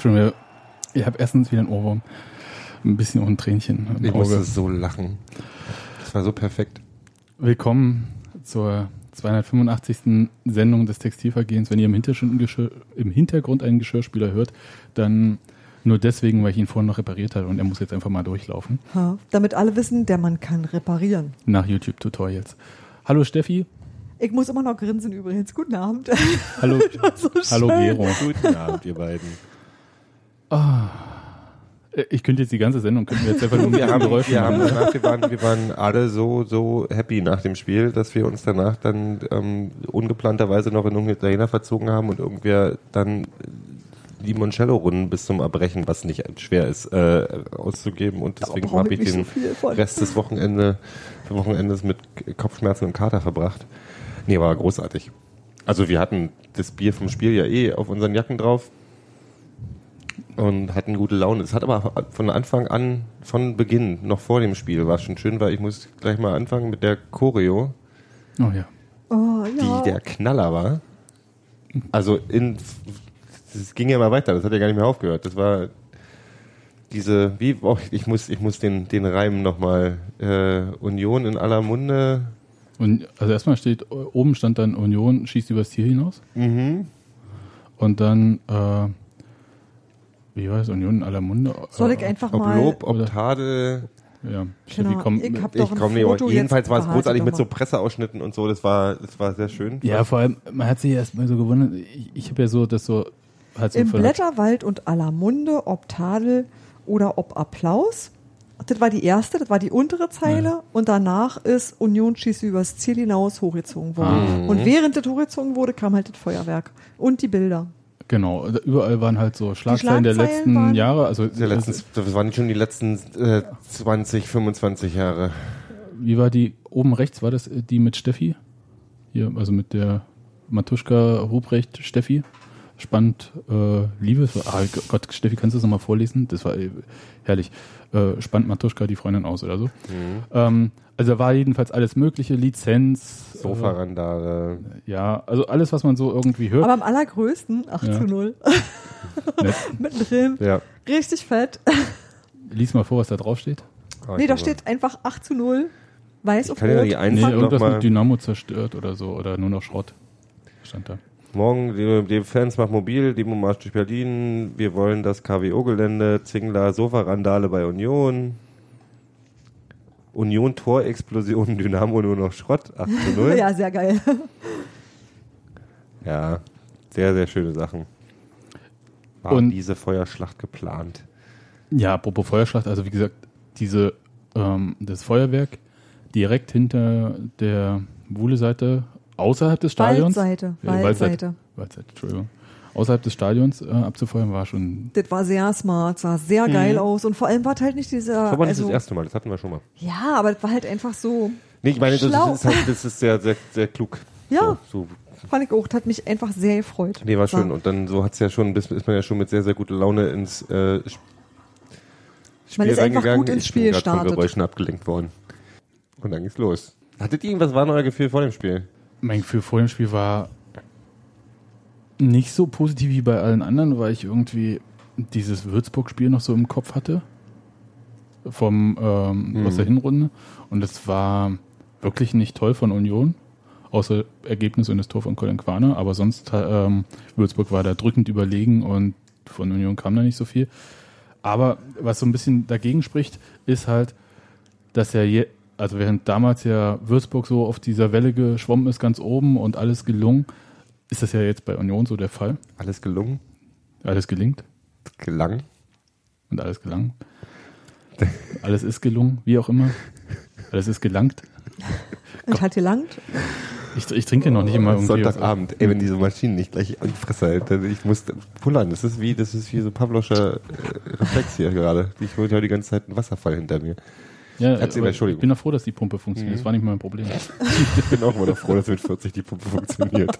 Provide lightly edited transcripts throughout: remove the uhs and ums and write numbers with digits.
Ich habe erstens wieder einen Ohrwurm. Ein bisschen auch ein Tränchen im Ich Auge. musste so lachen. Das war so perfekt. Willkommen zur 285. Sendung des Textilvergehens. Wenn ihr im Hintergrund einen Geschirrspüler hört, dann nur deswegen, weil ich ihn vorhin noch repariert habe und er muss jetzt einfach mal durchlaufen. Ha, damit alle wissen, der Mann kann reparieren. Nach YouTube-Tutorials. Hallo Steffi. Ich muss immer noch grinsen übrigens. Guten Abend. Hallo, So hallo schön. Gero. Guten Abend, ihr beiden. Ich könnte jetzt die ganze Sendung, könnten wir jetzt einfach nur mit diesen Geräuschen machen. Wir waren alle so happy nach dem Spiel, dass wir uns danach dann ungeplanterweise noch in irgendeine Italiener verzogen haben und irgendwer dann Limoncello-Runden bis zum Erbrechen, was nicht schwer ist, auszugeben. Und deswegen habe ich den Rest des Wochenendes mit Kopfschmerzen und Kater verbracht. Nee, war großartig. Also wir hatten das Bier vom Spiel ja auf unseren Jacken drauf und hatten gute Laune. Es hat aber von Anfang an, von Beginn, noch vor dem Spiel, war schon schön, weil ich muss gleich mal anfangen mit der Choreo, Oh ja. Oh, ja. die der Knaller war. Also es ging ja mal weiter, das hat ja gar nicht mehr aufgehört. Das war ich muss den Reim nochmal, Union in aller Munde. Und also erstmal oben stand dann Union schießt übers Ziel hinaus. Mhm. Und dann, wie war es, Union in aller Munde? Soll ich einfach Ob mal... Lob, ob Tadel. Ja, Steffi, Genau, komm. ich hab doch ein Nee, Foto jedenfalls jetzt, war es behalte großartig doch mit mal. so Presseausschnitten und so, das war sehr schön. Ja, vor allem, man hat sich erst mal so gewundert, ich habe ja so, das so, halt so Im von der- Blätterwald und aller Munde, ob Tadel oder ob Applaus. Das war die erste, das war die untere Zeile. Ja. Und danach ist Union schießt übers Ziel hinaus hochgezogen worden. Mhm. Und während das hochgezogen wurde, kam halt das Feuerwerk. Und die Bilder. Genau, überall waren halt so Schlagzeilen der Schlagzeilen letzten waren- Jahre, also Das waren nicht schon die letzten 20, 25 Jahre. wie war die, oben rechts, war das die mit Steffi? Hier, also mit der Matuschka Ruprecht Steffi. Spannend, Liebe. Gott, Steffi, kannst du das nochmal vorlesen? Das war herrlich. Spannt Matuschka die Freundin aus oder so. Also da war jedenfalls alles mögliche, Lizenz. Sofa-Randale. Ja, also alles, was man so irgendwie hört. Aber am allergrößten 8:0. Nett. Mittendrin. Ja. Richtig fett. Lies mal vor, was da drauf steht. Nee, da steht einfach 8:0. Weiß auf kann ja Rot. die Eins- Nee, noch irgendwas mal- mit Dynamo zerstört oder so. Oder nur noch Schrott. Stand da. Morgen, die Fans macht mobil, Demo-Marsch durch Berlin, wir wollen das KWO-Gelände, Zingler, Sofa-Randale bei Union, Union-Torexplosion, Dynamo nur noch Schrott, 8:0. Ja, sehr geil. Ja, sehr, sehr schöne Sachen. War Und- diese Feuerschlacht geplant? Ja, apropos Feuerschlacht, also wie gesagt, das Feuerwerk direkt hinter der Wuhle-Seite außerhalb des Stadions. Waldseite. Waldseite, Entschuldigung. Außerhalb des Stadions abzufeuern war schon. Das war sehr smart, sah sehr geil aus und vor allem war halt nicht dieser. Das war aber nicht also, das erste Mal, das hatten wir schon mal. ja, aber das war halt einfach so. Nee, ich meine, Schlau. das ist sehr, sehr, sehr klug. Ja. So, Fand ich auch, das hat mich einfach sehr gefreut. nee, war So. schön. Und dann so hat's ja schon, ist man ja schon mit sehr, sehr guter Laune ins Spiel Man ist einfach reingegangen. gut ins Ich Spiel bin grad von gestartet. Geräuschen abgelenkt worden. Und dann ging's los. Hattet ihr irgendwas, war euer Gefühl vor dem Spiel? Mein Gefühl vor dem Spiel war nicht so positiv wie bei allen anderen, weil ich irgendwie dieses Würzburg-Spiel noch so im Kopf hatte. Aus der Hinrunde. Und es war wirklich nicht toll von Union. Außer Ergebnis und das Tor von Colin Quaner. Aber sonst, Würzburg war da drückend überlegen und von Union kam da nicht so viel. Aber was so ein bisschen dagegen spricht, ist halt, dass also während damals ja Würzburg so auf dieser Welle geschwommen ist, ganz oben und alles gelungen, ist das ja jetzt bei Union so der Fall. Alles gelungen? Alles gelingt Gelang? und alles gelang. Alles ist gelungen, wie auch immer. Alles ist gelangt. Und hat gelangt. Ich trinke noch nicht immer irgendwie. Sonntagabend, ey, wenn diese Maschinen nicht gleich an die Fresse hält, dann ich muss pullern. Das ist wie so Pavloscher Reflex hier gerade. Ich wollte ja die ganze Zeit einen Wasserfall hinter mir. Ja, Erzähl, aber Entschuldigung. ich bin doch froh, dass die Pumpe funktioniert. Das war nicht mein Problem. Ich bin auch immer noch froh, dass mit 40 die Pumpe funktioniert.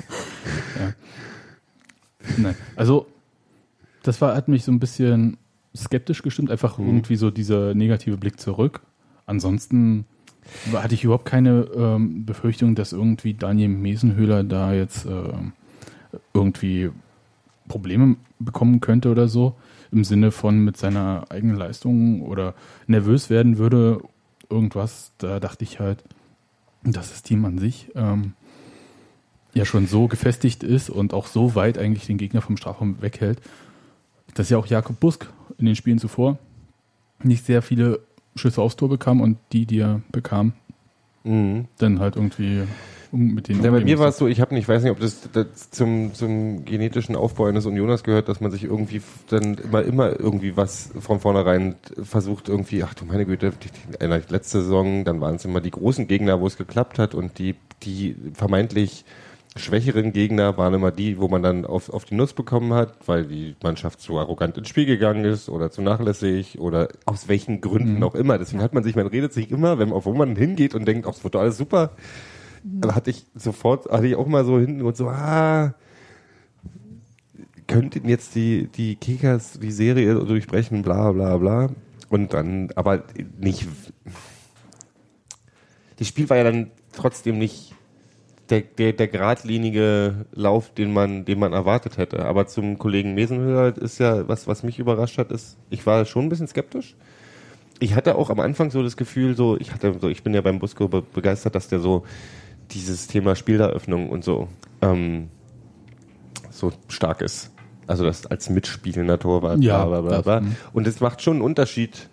Nein. Also, hat mich so ein bisschen skeptisch gestimmt. Einfach irgendwie so dieser negative Blick zurück. Ansonsten hatte ich überhaupt keine Befürchtung, dass irgendwie Daniel Mesenhöhler da jetzt irgendwie Probleme bekommen könnte oder so, im Sinne von mit seiner eigenen Leistung oder nervös werden würde, irgendwas, da dachte ich halt, dass das Team an sich ja schon so gefestigt ist und auch so weit eigentlich den Gegner vom Strafraum weghält, dass ja auch Jakub Busk in den Spielen zuvor nicht sehr viele Schüsse aufs Tor bekam und die er bekam, dann halt irgendwie mit denen. Ja, bei mir war es so, ich weiß nicht, ob das zum genetischen Aufbau eines Unioners gehört, dass man sich irgendwie dann immer irgendwie was von vornherein versucht, irgendwie, ach du meine Güte, letzte Saison, dann waren es immer die großen Gegner, wo es geklappt hat und die vermeintlich schwächeren Gegner waren immer die, wo man dann auf die Nuss bekommen hat, weil die Mannschaft zu arrogant ins Spiel gegangen ist oder zu nachlässig oder aus welchen Gründen auch immer. Deswegen man redet sich immer, wo man hingeht und denkt, es wird doch alles super. Aber hatte ich auch mal so hinten und so, könnten jetzt die Kickers die Serie durchbrechen, bla bla bla. Und dann, aber nicht. Das Spiel war ja dann trotzdem nicht der geradlinige Lauf, den man erwartet hätte. Aber zum Kollegen Mesenhöhler ist ja, was mich überrascht hat, ist, ich war schon ein bisschen skeptisch. Ich hatte auch am Anfang so das Gefühl, ich bin ja beim Busko begeistert, dass der so dieses Thema Spieleröffnung und so so stark ist. Also das als mitspielender Torwart. Ja, und es macht schon einen Unterschied.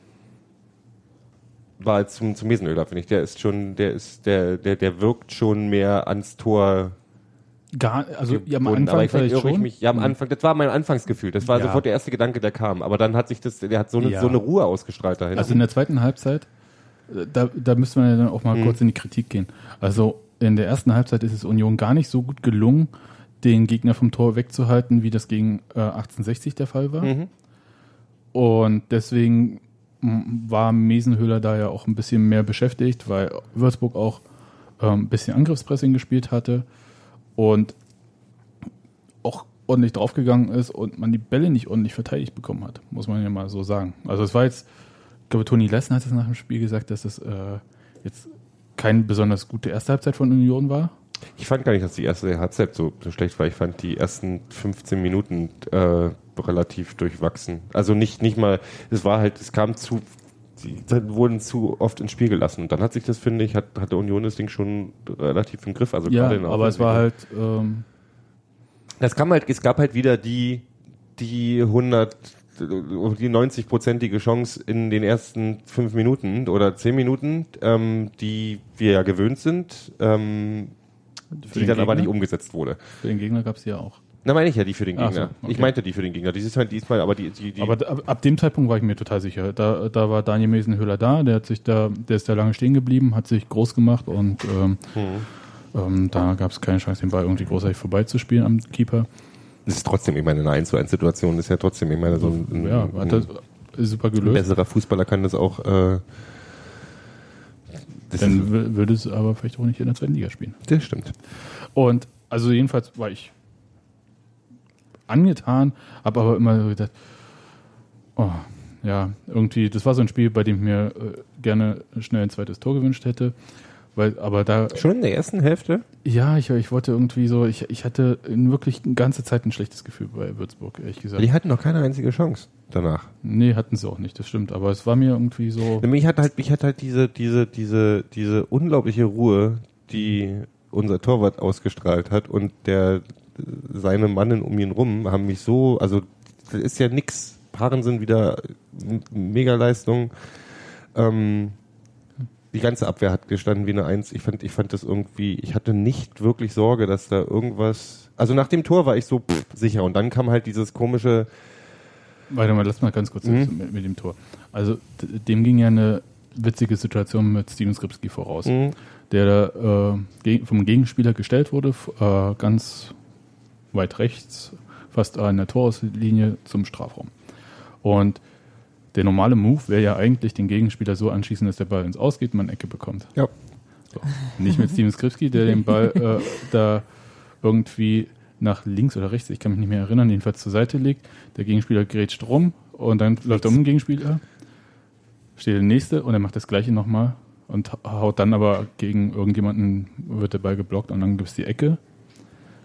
War zum Mesenöder, finde ich. Der wirkt schon mehr ans Tor. Am Anfang aber vielleicht schon. Am Anfang, das war mein Anfangsgefühl. Das war sofort der erste Gedanke, der kam. Aber dann hat der hat so eine Ruhe ausgestrahlt dahin. Also in der zweiten Halbzeit, da müsste man ja dann auch mal kurz in die Kritik gehen. Also in der ersten Halbzeit ist es Union gar nicht so gut gelungen, den Gegner vom Tor wegzuhalten, wie das gegen 1860 der Fall war. Und deswegen war Mesenhöhler da ja auch ein bisschen mehr beschäftigt, weil Würzburg auch ein bisschen Angriffspressing gespielt hatte und auch ordentlich draufgegangen ist und man die Bälle nicht ordentlich verteidigt bekommen hat, muss man ja mal so sagen. Also es war jetzt, ich glaube, Toni Lessen hat es nach dem Spiel gesagt, dass es jetzt keine besonders gute erste Halbzeit von Union war. Ich fand gar nicht, dass die erste Halbzeit so schlecht war. Ich fand die ersten 15 Minuten relativ durchwachsen. Also nicht mal, sie wurden zu oft ins Spiel gelassen. Und dann hat sich das, finde ich, hat der Union das Ding schon relativ im Griff. Also ja, aber es war halt... es gab halt wieder die 90-prozentige Chance in den ersten 5 Minuten oder 10 Minuten, die wir ja gewöhnt sind, die dann aber nicht umgesetzt wurde. Für den Gegner gab es die ja auch. Na, meine ich ja die für den Gegner. So, okay. Ich meinte die für den Gegner. Diesmal, aber die. Aber ab dem Zeitpunkt war ich mir total sicher. Da war Daniel Mesenhöhler da, der ist da lange stehen geblieben, hat sich groß gemacht und da gab es keine Chance, den Ball irgendwie großartig vorbeizuspielen am Keeper. Das ist trotzdem, ich meine, eine 1-zu-1-Situation ist ja trotzdem, ich meine, so hat das super gelöst. Ein besserer Fußballer kann das auch. Dann würde es aber vielleicht auch nicht in der zweiten Liga spielen. Das stimmt. Und also jedenfalls war ich angetan, habe aber immer so gedacht, irgendwie, das war so ein Spiel, bei dem ich mir gerne schnell ein zweites Tor gewünscht hätte. Aber da schon in der ersten Hälfte? Ja, ich wollte irgendwie so, ich hatte wirklich eine ganze Zeit ein schlechtes Gefühl bei Würzburg, ehrlich gesagt. Die hatten noch keine einzige Chance danach. Nee, hatten sie auch nicht, das stimmt. Aber es war mir irgendwie so... Ich hatte halt diese unglaubliche Ruhe, die unser Torwart ausgestrahlt hat und seine Mannen um ihn rum haben mich so, also das ist ja nix. Paaren sind wieder Mega-Leistung. Die ganze Abwehr hat gestanden wie eine 1. Ich fand das irgendwie, ich hatte nicht wirklich Sorge, dass da irgendwas, also nach dem Tor war ich so sicher und dann kam halt dieses komische... Warte mal, lass mal ganz kurz mit dem Tor. Also dem ging ja eine witzige Situation mit Steven Skripski voraus, der vom Gegenspieler gestellt wurde, ganz weit rechts, fast an der Torauslinie zum Strafraum. Und der normale Move wäre ja eigentlich, den Gegenspieler so anschießen, dass der Ball ins Ausgeht und man eine Ecke bekommt. Ja. So. Nicht mit Steven Skripski, der den Ball da irgendwie nach links oder rechts, ich kann mich nicht mehr erinnern, jedenfalls zur Seite legt. Der Gegenspieler grätscht rum und dann läuft er um den Gegenspieler, steht der Nächste und er macht das Gleiche nochmal und haut dann aber gegen irgendjemanden, wird der Ball geblockt und dann gibt es die Ecke.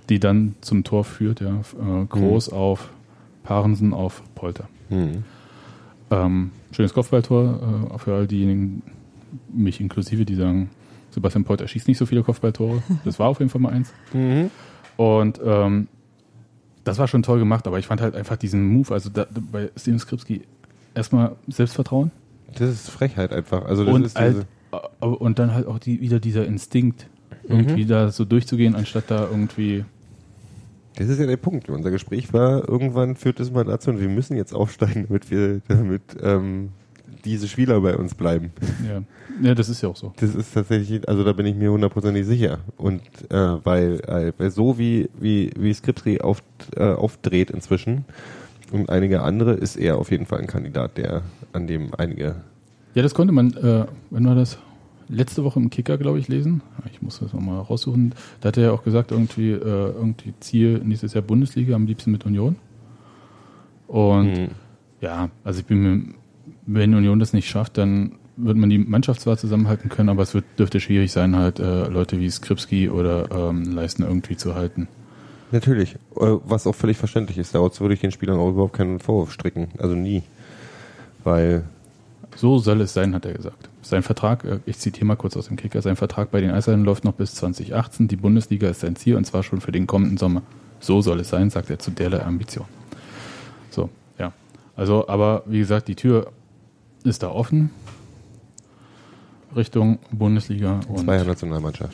die dann zum Tor führt, ja. Groß auf Parensen auf Polter. Schönes Kopfballtor für all diejenigen, mich inklusive, die sagen, Sebastian Polter schießt nicht so viele Kopfballtore. Das war auf jeden Fall mal eins. Und das war schon toll gemacht, aber ich fand halt einfach diesen Move, also bei Steven Skripski erstmal Selbstvertrauen. Das ist Frechheit einfach. Also das Und, ist und dann halt auch wieder dieser Instinkt, irgendwie da so durchzugehen, anstatt da irgendwie... Das ist ja der Punkt. Unser Gespräch war, irgendwann führt es mal dazu und wir müssen jetzt aufsteigen, damit diese Spieler bei uns bleiben. Ja, das ist ja auch so. Das ist tatsächlich, also da bin ich mir 100% sicher. Und weil so wie Skripski aufdreht inzwischen und einige andere, ist er auf jeden Fall ein Kandidat, an dem einige... Ja, das konnte man, wenn wir das letzte Woche im Kicker, glaube ich, lesen. Ich muss das nochmal raussuchen. Da hat er ja auch gesagt, irgendwie Ziel nächstes Jahr Bundesliga, am liebsten mit Union. Und ja, also wenn Union das nicht schafft, dann wird man die Mannschaft zwar zusammenhalten können, aber es dürfte schwierig sein, halt Leute wie Skripski oder Leisten irgendwie zu halten. Natürlich, was auch völlig verständlich ist. Daraus würde ich den Spielern auch überhaupt keinen Vorwurf stricken. Also nie. Weil... So soll es sein, hat er gesagt. Sein Vertrag, ich zitiere mal kurz aus dem Kicker, sein Vertrag bei den Eisbären läuft noch bis 2018. Die Bundesliga ist sein Ziel und zwar schon für den kommenden Sommer. So soll es sein, sagt er zu derlei Ambition. So, ja. Also, aber wie gesagt, die Tür ist da offen Richtung Bundesliga. Und Zweier Nationalmannschaft.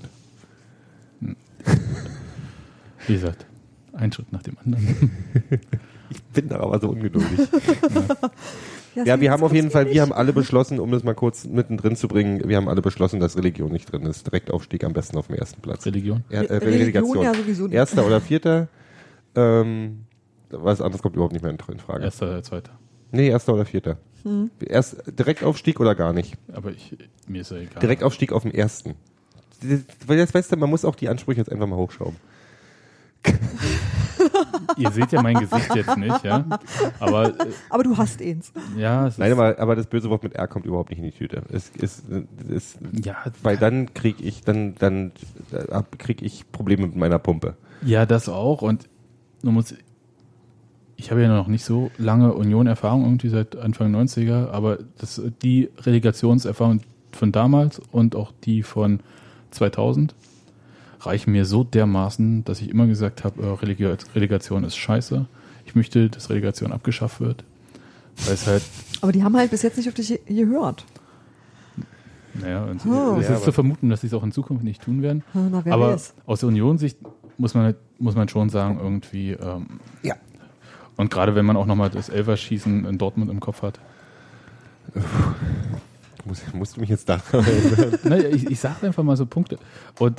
Wie gesagt, ein Schritt nach dem anderen. Ich bin da aber so ungeduldig. Ja, wir haben auf jeden Fall, wir haben alle beschlossen, um das mal kurz mittendrin zu bringen, wir haben alle beschlossen, dass Religion nicht drin ist. Direktaufstieg am besten auf dem ersten Platz. Religion? Relegation. Ja, sowieso nicht. Erster oder Vierter. Was anderes kommt überhaupt nicht mehr in Frage. Erster oder Zweiter. Nee, Erster oder Vierter. Erst Direktaufstieg oder gar nicht? Aber mir ist ja egal. Direktaufstieg auf dem ersten. Weil jetzt weißt du, man muss auch die Ansprüche jetzt einfach mal hochschrauben. Ihr seht ja mein Gesicht jetzt nicht, ja. Aber du hast eins. Ja, nein, aber das böse Wort mit R kommt überhaupt nicht in die Tüte. Es ja, weil dann krieg ich Probleme mit meiner Pumpe. Ja, das auch. Und ich habe ja noch nicht so lange Union-Erfahrung, irgendwie seit Anfang 90er, aber die Relegationserfahrung von damals und auch die von 2000 reichen mir so dermaßen, dass ich immer gesagt habe, Relegation ist scheiße. Ich möchte, dass Relegation abgeschafft wird. Weil es halt... Aber die haben halt bis jetzt nicht auf dich gehört. Naja, es ist zu vermuten, dass sie es auch in Zukunft nicht tun werden. Na, wer aber weiß. aus der Union-Sicht muss man schon sagen, irgendwie... Ja. Und gerade wenn man auch nochmal das Elferschießen in Dortmund im Kopf hat. Musst du mich jetzt da... Naja, ich sage einfach mal so Punkte. Und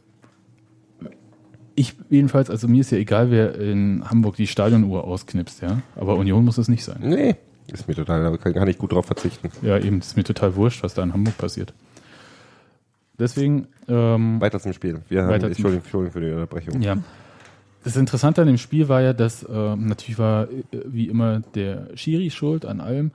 ich jedenfalls, also mir ist ja egal, wer in Hamburg die Stadionuhr ausknipst, ja. Aber Union muss es nicht sein. Nee, ist mir total, da kann ich gut drauf verzichten. Ja, eben, ist mir total wurscht, was da in Hamburg passiert. Deswegen... weiter zum Spiel. Entschuldigung für die Unterbrechung. Ja. Das Interessante an dem Spiel war ja, dass natürlich war wie immer der Schiri schuld an allem.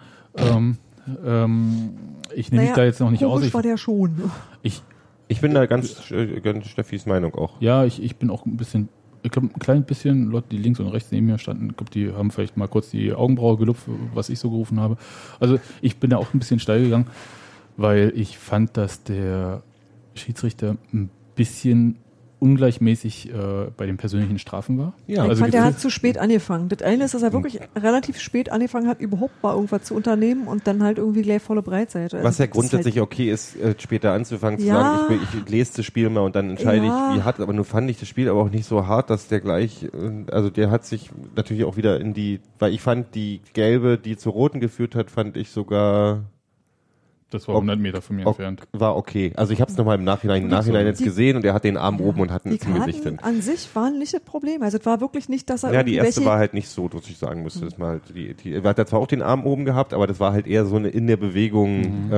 Ich nehme mich da jetzt noch nicht aus. War der schon. Ich bin da ganz Steffis Meinung auch. Ja, ich bin auch ein klein bisschen, Leute, die links und rechts neben mir standen, ich glaube, die haben vielleicht mal kurz die Augenbraue gelupft, was ich so gerufen habe. Also ich bin da auch ein bisschen steil gegangen, weil ich fand, dass der Schiedsrichter ein bisschen ungleichmäßig bei den persönlichen Strafen war. Ja, ich fand, der hat zu spät angefangen. Das eine ist, dass er wirklich relativ spät angefangen hat, überhaupt mal irgendwas zu unternehmen und dann halt irgendwie gleich volle Breitseite. Was ja grundsätzlich halt okay ist, später anzufangen, zu sagen, ich lese das Spiel mal und dann entscheide ich, wie hart. Aber nur fand ich das Spiel aber auch nicht so hart, dass der gleich, also der hat sich natürlich auch wieder weil ich fand, die gelbe, die zu roten geführt hat, fand ich sogar... Das war 100 Meter von mir entfernt. War okay. Also ich habe es nochmal im Nachhinein jetzt gesehen und er hat den Arm oben und hat ihn zum Gesicht hin. An sich waren nicht das Problem. Also es war wirklich nicht, dass er ja, die erste war halt nicht so, dass ich sagen müsste. Das mal er hat zwar auch den Arm oben gehabt, aber das war halt eher so eine in der Bewegung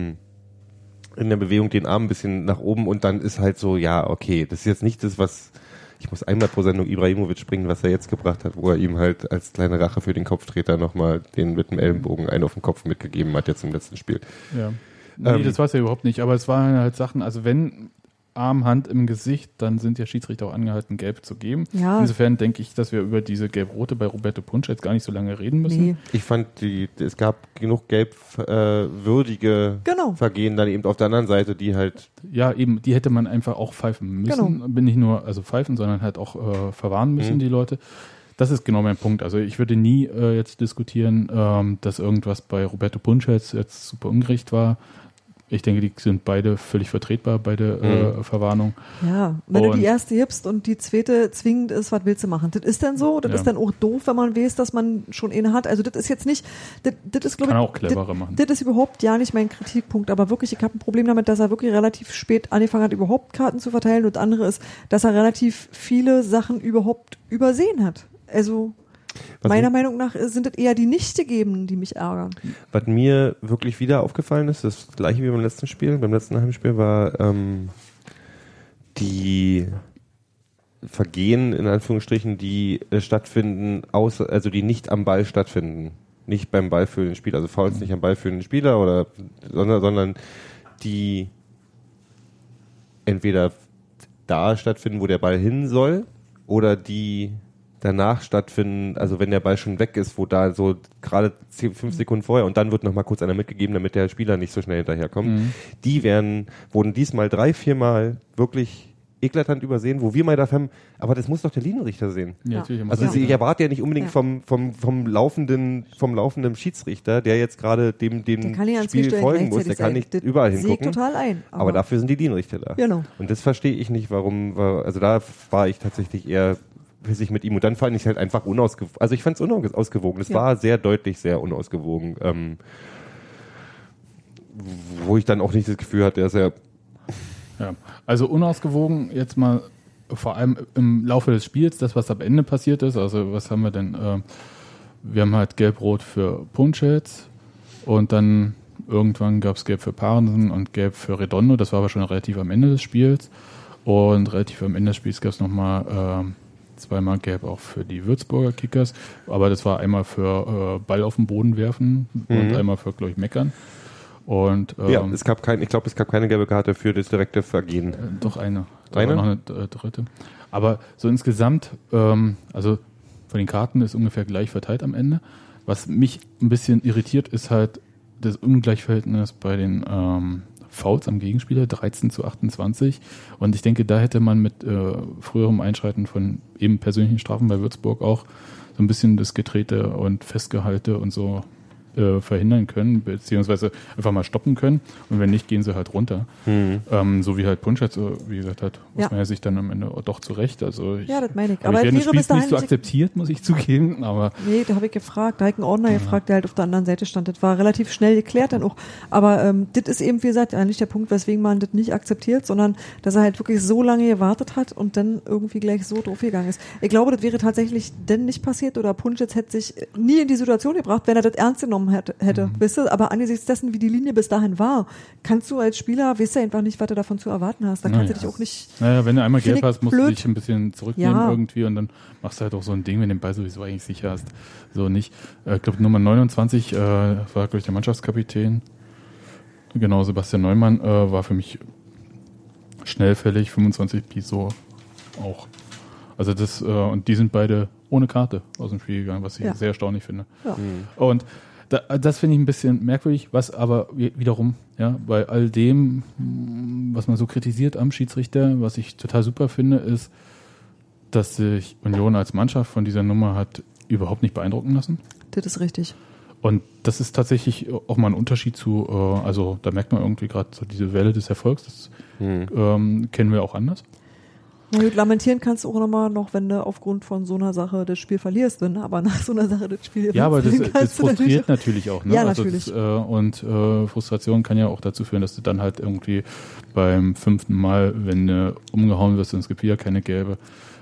den Arm ein bisschen nach oben und dann ist halt so, ja, okay, das ist jetzt nicht das, was... Ich muss einmal pro Sendung Ibrahimovic bringen, was er jetzt gebracht hat, wo er ihm halt als kleine Rache für den Kopftreter nochmal den mit dem Ellenbogen einen auf den Kopf mitgegeben hat, jetzt im letzten Spiel. Ja. Nee, das war es ja überhaupt nicht. Aber es waren halt Sachen, also wenn Arm, Hand im Gesicht, dann sind der Schiedsrichter auch angehalten, Gelb zu geben. Ja. Insofern denke ich, dass wir über diese Gelb-Rote bei Roberto Punsch jetzt gar nicht so lange reden müssen. Nee. Ich fand, es gab genug gelbwürdige Vergehen dann eben auf der anderen Seite, die halt... Ja, eben, die hätte man einfach auch pfeifen müssen. Genau. Nicht nur pfeifen, sondern halt auch verwarnen müssen, die Leute. Das ist genau mein Punkt. Also ich würde nie jetzt diskutieren, dass irgendwas bei Roberto Punsch jetzt super ungerecht war. Ich denke, die sind beide völlig vertretbar, beide Verwarnungen. Ja, wenn du die erste gibst und die zweite zwingend ist, was willst du machen? Das ist dann so, das ist dann auch doof, wenn man weiß, dass man schon eine hat. Also das ist jetzt nicht, das ist, glaube ich, kann auch cleverer machen. Das ist überhaupt ja nicht mein Kritikpunkt, aber wirklich, ich habe ein Problem damit, dass er wirklich relativ spät angefangen hat, überhaupt Karten zu verteilen, und das andere ist, dass er relativ viele Sachen überhaupt übersehen hat. Also meiner Meinung nach sind es eher die Nichtgegebenen, die mich ärgern. Was mir wirklich wieder aufgefallen ist, das gleiche wie beim letzten Spiel, beim letzten Heimspiel, war die Vergehen, in Anführungsstrichen, die stattfinden, also die nicht am Ball stattfinden. Nicht beim ballführenden Spieler, also Fouls nicht am ballführenden Spieler, sondern die entweder da stattfinden, wo der Ball hin soll, oder die danach stattfinden, also wenn der Ball schon weg ist, wo da so gerade 5 Sekunden vorher, und dann wird nochmal kurz einer mitgegeben, damit der Spieler nicht so schnell hinterherkommt. Die wurden diesmal 3-4 Mal wirklich eklatant übersehen, wo wir mal gedacht haben, aber das muss doch der Linienrichter sehen. Ja, also ich erwarte ja nicht unbedingt vom laufenden Schiedsrichter, der jetzt gerade dem Spiel folgen muss, der kann nicht überall hingucken. Total ein. Aber dafür sind die Linienrichter da. Genau. Und das verstehe ich nicht, warum, also da war ich tatsächlich eher sich mit ihm, und dann fand ich es halt einfach unausgewogen. Also ich fand es unausgewogen. Es war sehr deutlich sehr unausgewogen. Wo ich dann auch nicht das Gefühl hatte, dass er... Ja, also unausgewogen jetzt mal vor allem im Laufe des Spiels, das was am Ende passiert ist. Also was haben wir denn? Wir haben halt Gelb-Rot für Punschitz und dann irgendwann gab es Gelb für Parensen und Gelb für Redondo. Das war aber schon relativ am Ende des Spiels. Und relativ am Ende des Spiels gab es nochmal... zweimal Gelb auch für die Würzburger Kickers, aber das war einmal für Ball auf den Boden werfen und einmal für, glaube ich, Meckern. Und, es gab keine gelbe Karte für das direkte Vergehen. Doch eine. Eine? Noch eine dritte. Aber so insgesamt, also von den Karten ist ungefähr gleich verteilt am Ende. Was mich ein bisschen irritiert, ist halt das Ungleichverhältnis bei den Fouls am Gegenspieler, 13-28. Und ich denke, da hätte man mit früherem Einschreiten von eben persönlichen Strafen bei Würzburg auch so ein bisschen das Getrete und Festgehalte und so verhindern können, beziehungsweise einfach mal stoppen können. Und wenn nicht, gehen sie halt runter. So wie halt Punschitz, wie gesagt hat, muss man ja sich dann am Ende doch zurecht. Also das meine ich. Aber ich werde das Spiel nicht so akzeptiert, muss ich zugeben. Aber nee, da habe ich gefragt. Da habe ich einen Ordner gefragt, der halt auf der anderen Seite stand. Das war relativ schnell geklärt dann auch. Aber das ist eben, wie gesagt, nicht der Punkt, weswegen man das nicht akzeptiert, sondern dass er halt wirklich so lange gewartet hat und dann irgendwie gleich so draufgegangen ist. Ich glaube, das wäre tatsächlich denn nicht passiert, oder Punschitz hätte sich nie in die Situation gebracht, wenn er das ernst genommen hätte. Weißt du? Aber angesichts dessen, wie die Linie bis dahin war, kannst du als Spieler, weißt du einfach nicht, was du davon zu erwarten hast. Da kannst du dich auch nicht... Naja, wenn du einmal Gelb hast, musst du dich ein bisschen zurücknehmen irgendwie, und dann machst du halt auch so ein Ding, wenn du den Ball sowieso eigentlich sicher hast. So nicht. Ich glaube, Nummer 29 war, glaube ich, der Mannschaftskapitän. Genau, Sebastian Neumann war für mich schnellfällig, 25 Piso auch. Also das, und die sind beide ohne Karte aus dem Spiel gegangen, was ich sehr erstaunlich finde. Ja. Und das finde ich ein bisschen merkwürdig, was aber wiederum, bei all dem, was man so kritisiert am Schiedsrichter, was ich total super finde, ist, dass sich Union als Mannschaft von dieser Nummer hat überhaupt nicht beeindrucken lassen. Das ist richtig. Und das ist tatsächlich auch mal ein Unterschied zu, also da merkt man irgendwie gerade so diese Welle des Erfolgs, das kennen wir auch anders. Na gut, lamentieren kannst du auch noch, wenn du aufgrund von so einer Sache das Spiel verlierst, aber nach so einer Sache das Spiel ja, aber das frustriert natürlich auch. Ne? Ja, also natürlich. Frustration kann ja auch dazu führen, dass du dann halt irgendwie beim 5. Mal, wenn du umgehauen wirst und es gibt wieder keine gelbe.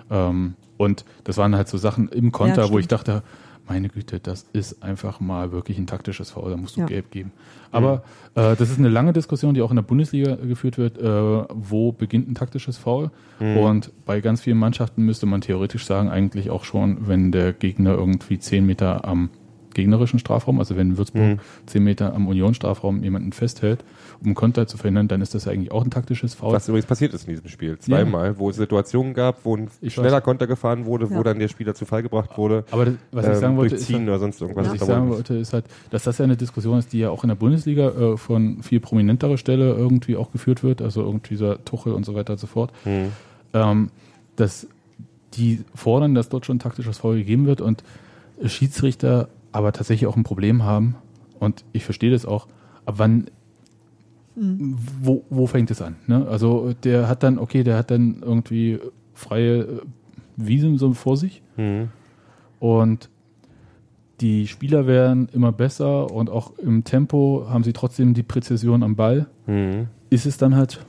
Und das waren halt so Sachen im Konter, wo ich dachte, meine Güte, das ist einfach mal wirklich ein taktisches Foul, da musst du gelb geben. Aber das ist eine lange Diskussion, die auch in der Bundesliga geführt wird, wo beginnt ein taktisches Foul? Und bei ganz vielen Mannschaften müsste man theoretisch sagen, eigentlich auch schon, wenn der Gegner irgendwie 10 Meter am gegnerischen Strafraum, also wenn Würzburg 10 Meter am Unionsstrafraum jemanden festhält, um Konter zu verhindern, dann ist das ja eigentlich auch ein taktisches Foul. Was übrigens passiert ist in diesem Spiel. Zweimal, wo es Situationen gab, wo ein schneller Konter gefahren wurde, wo dann der Spieler zu Fall gebracht wurde. Aber was ich sagen wollte, durchziehen ist, oder sonst irgendwas. was ich sagen wollte, ist halt, dass das ja eine Diskussion ist, die ja auch in der Bundesliga von viel prominenterer Stelle irgendwie auch geführt wird, also irgendwie dieser Tuchel und so weiter und so fort, dass die fordern, dass dort schon ein taktisches Foul gegeben wird und Schiedsrichter aber tatsächlich auch ein Problem haben, und ich verstehe das auch, ab wann, wo fängt es an? Ne? Also der hat dann irgendwie freie Wiese so vor sich und die Spieler werden immer besser und auch im Tempo haben sie trotzdem die Präzision am Ball. Ist es dann halt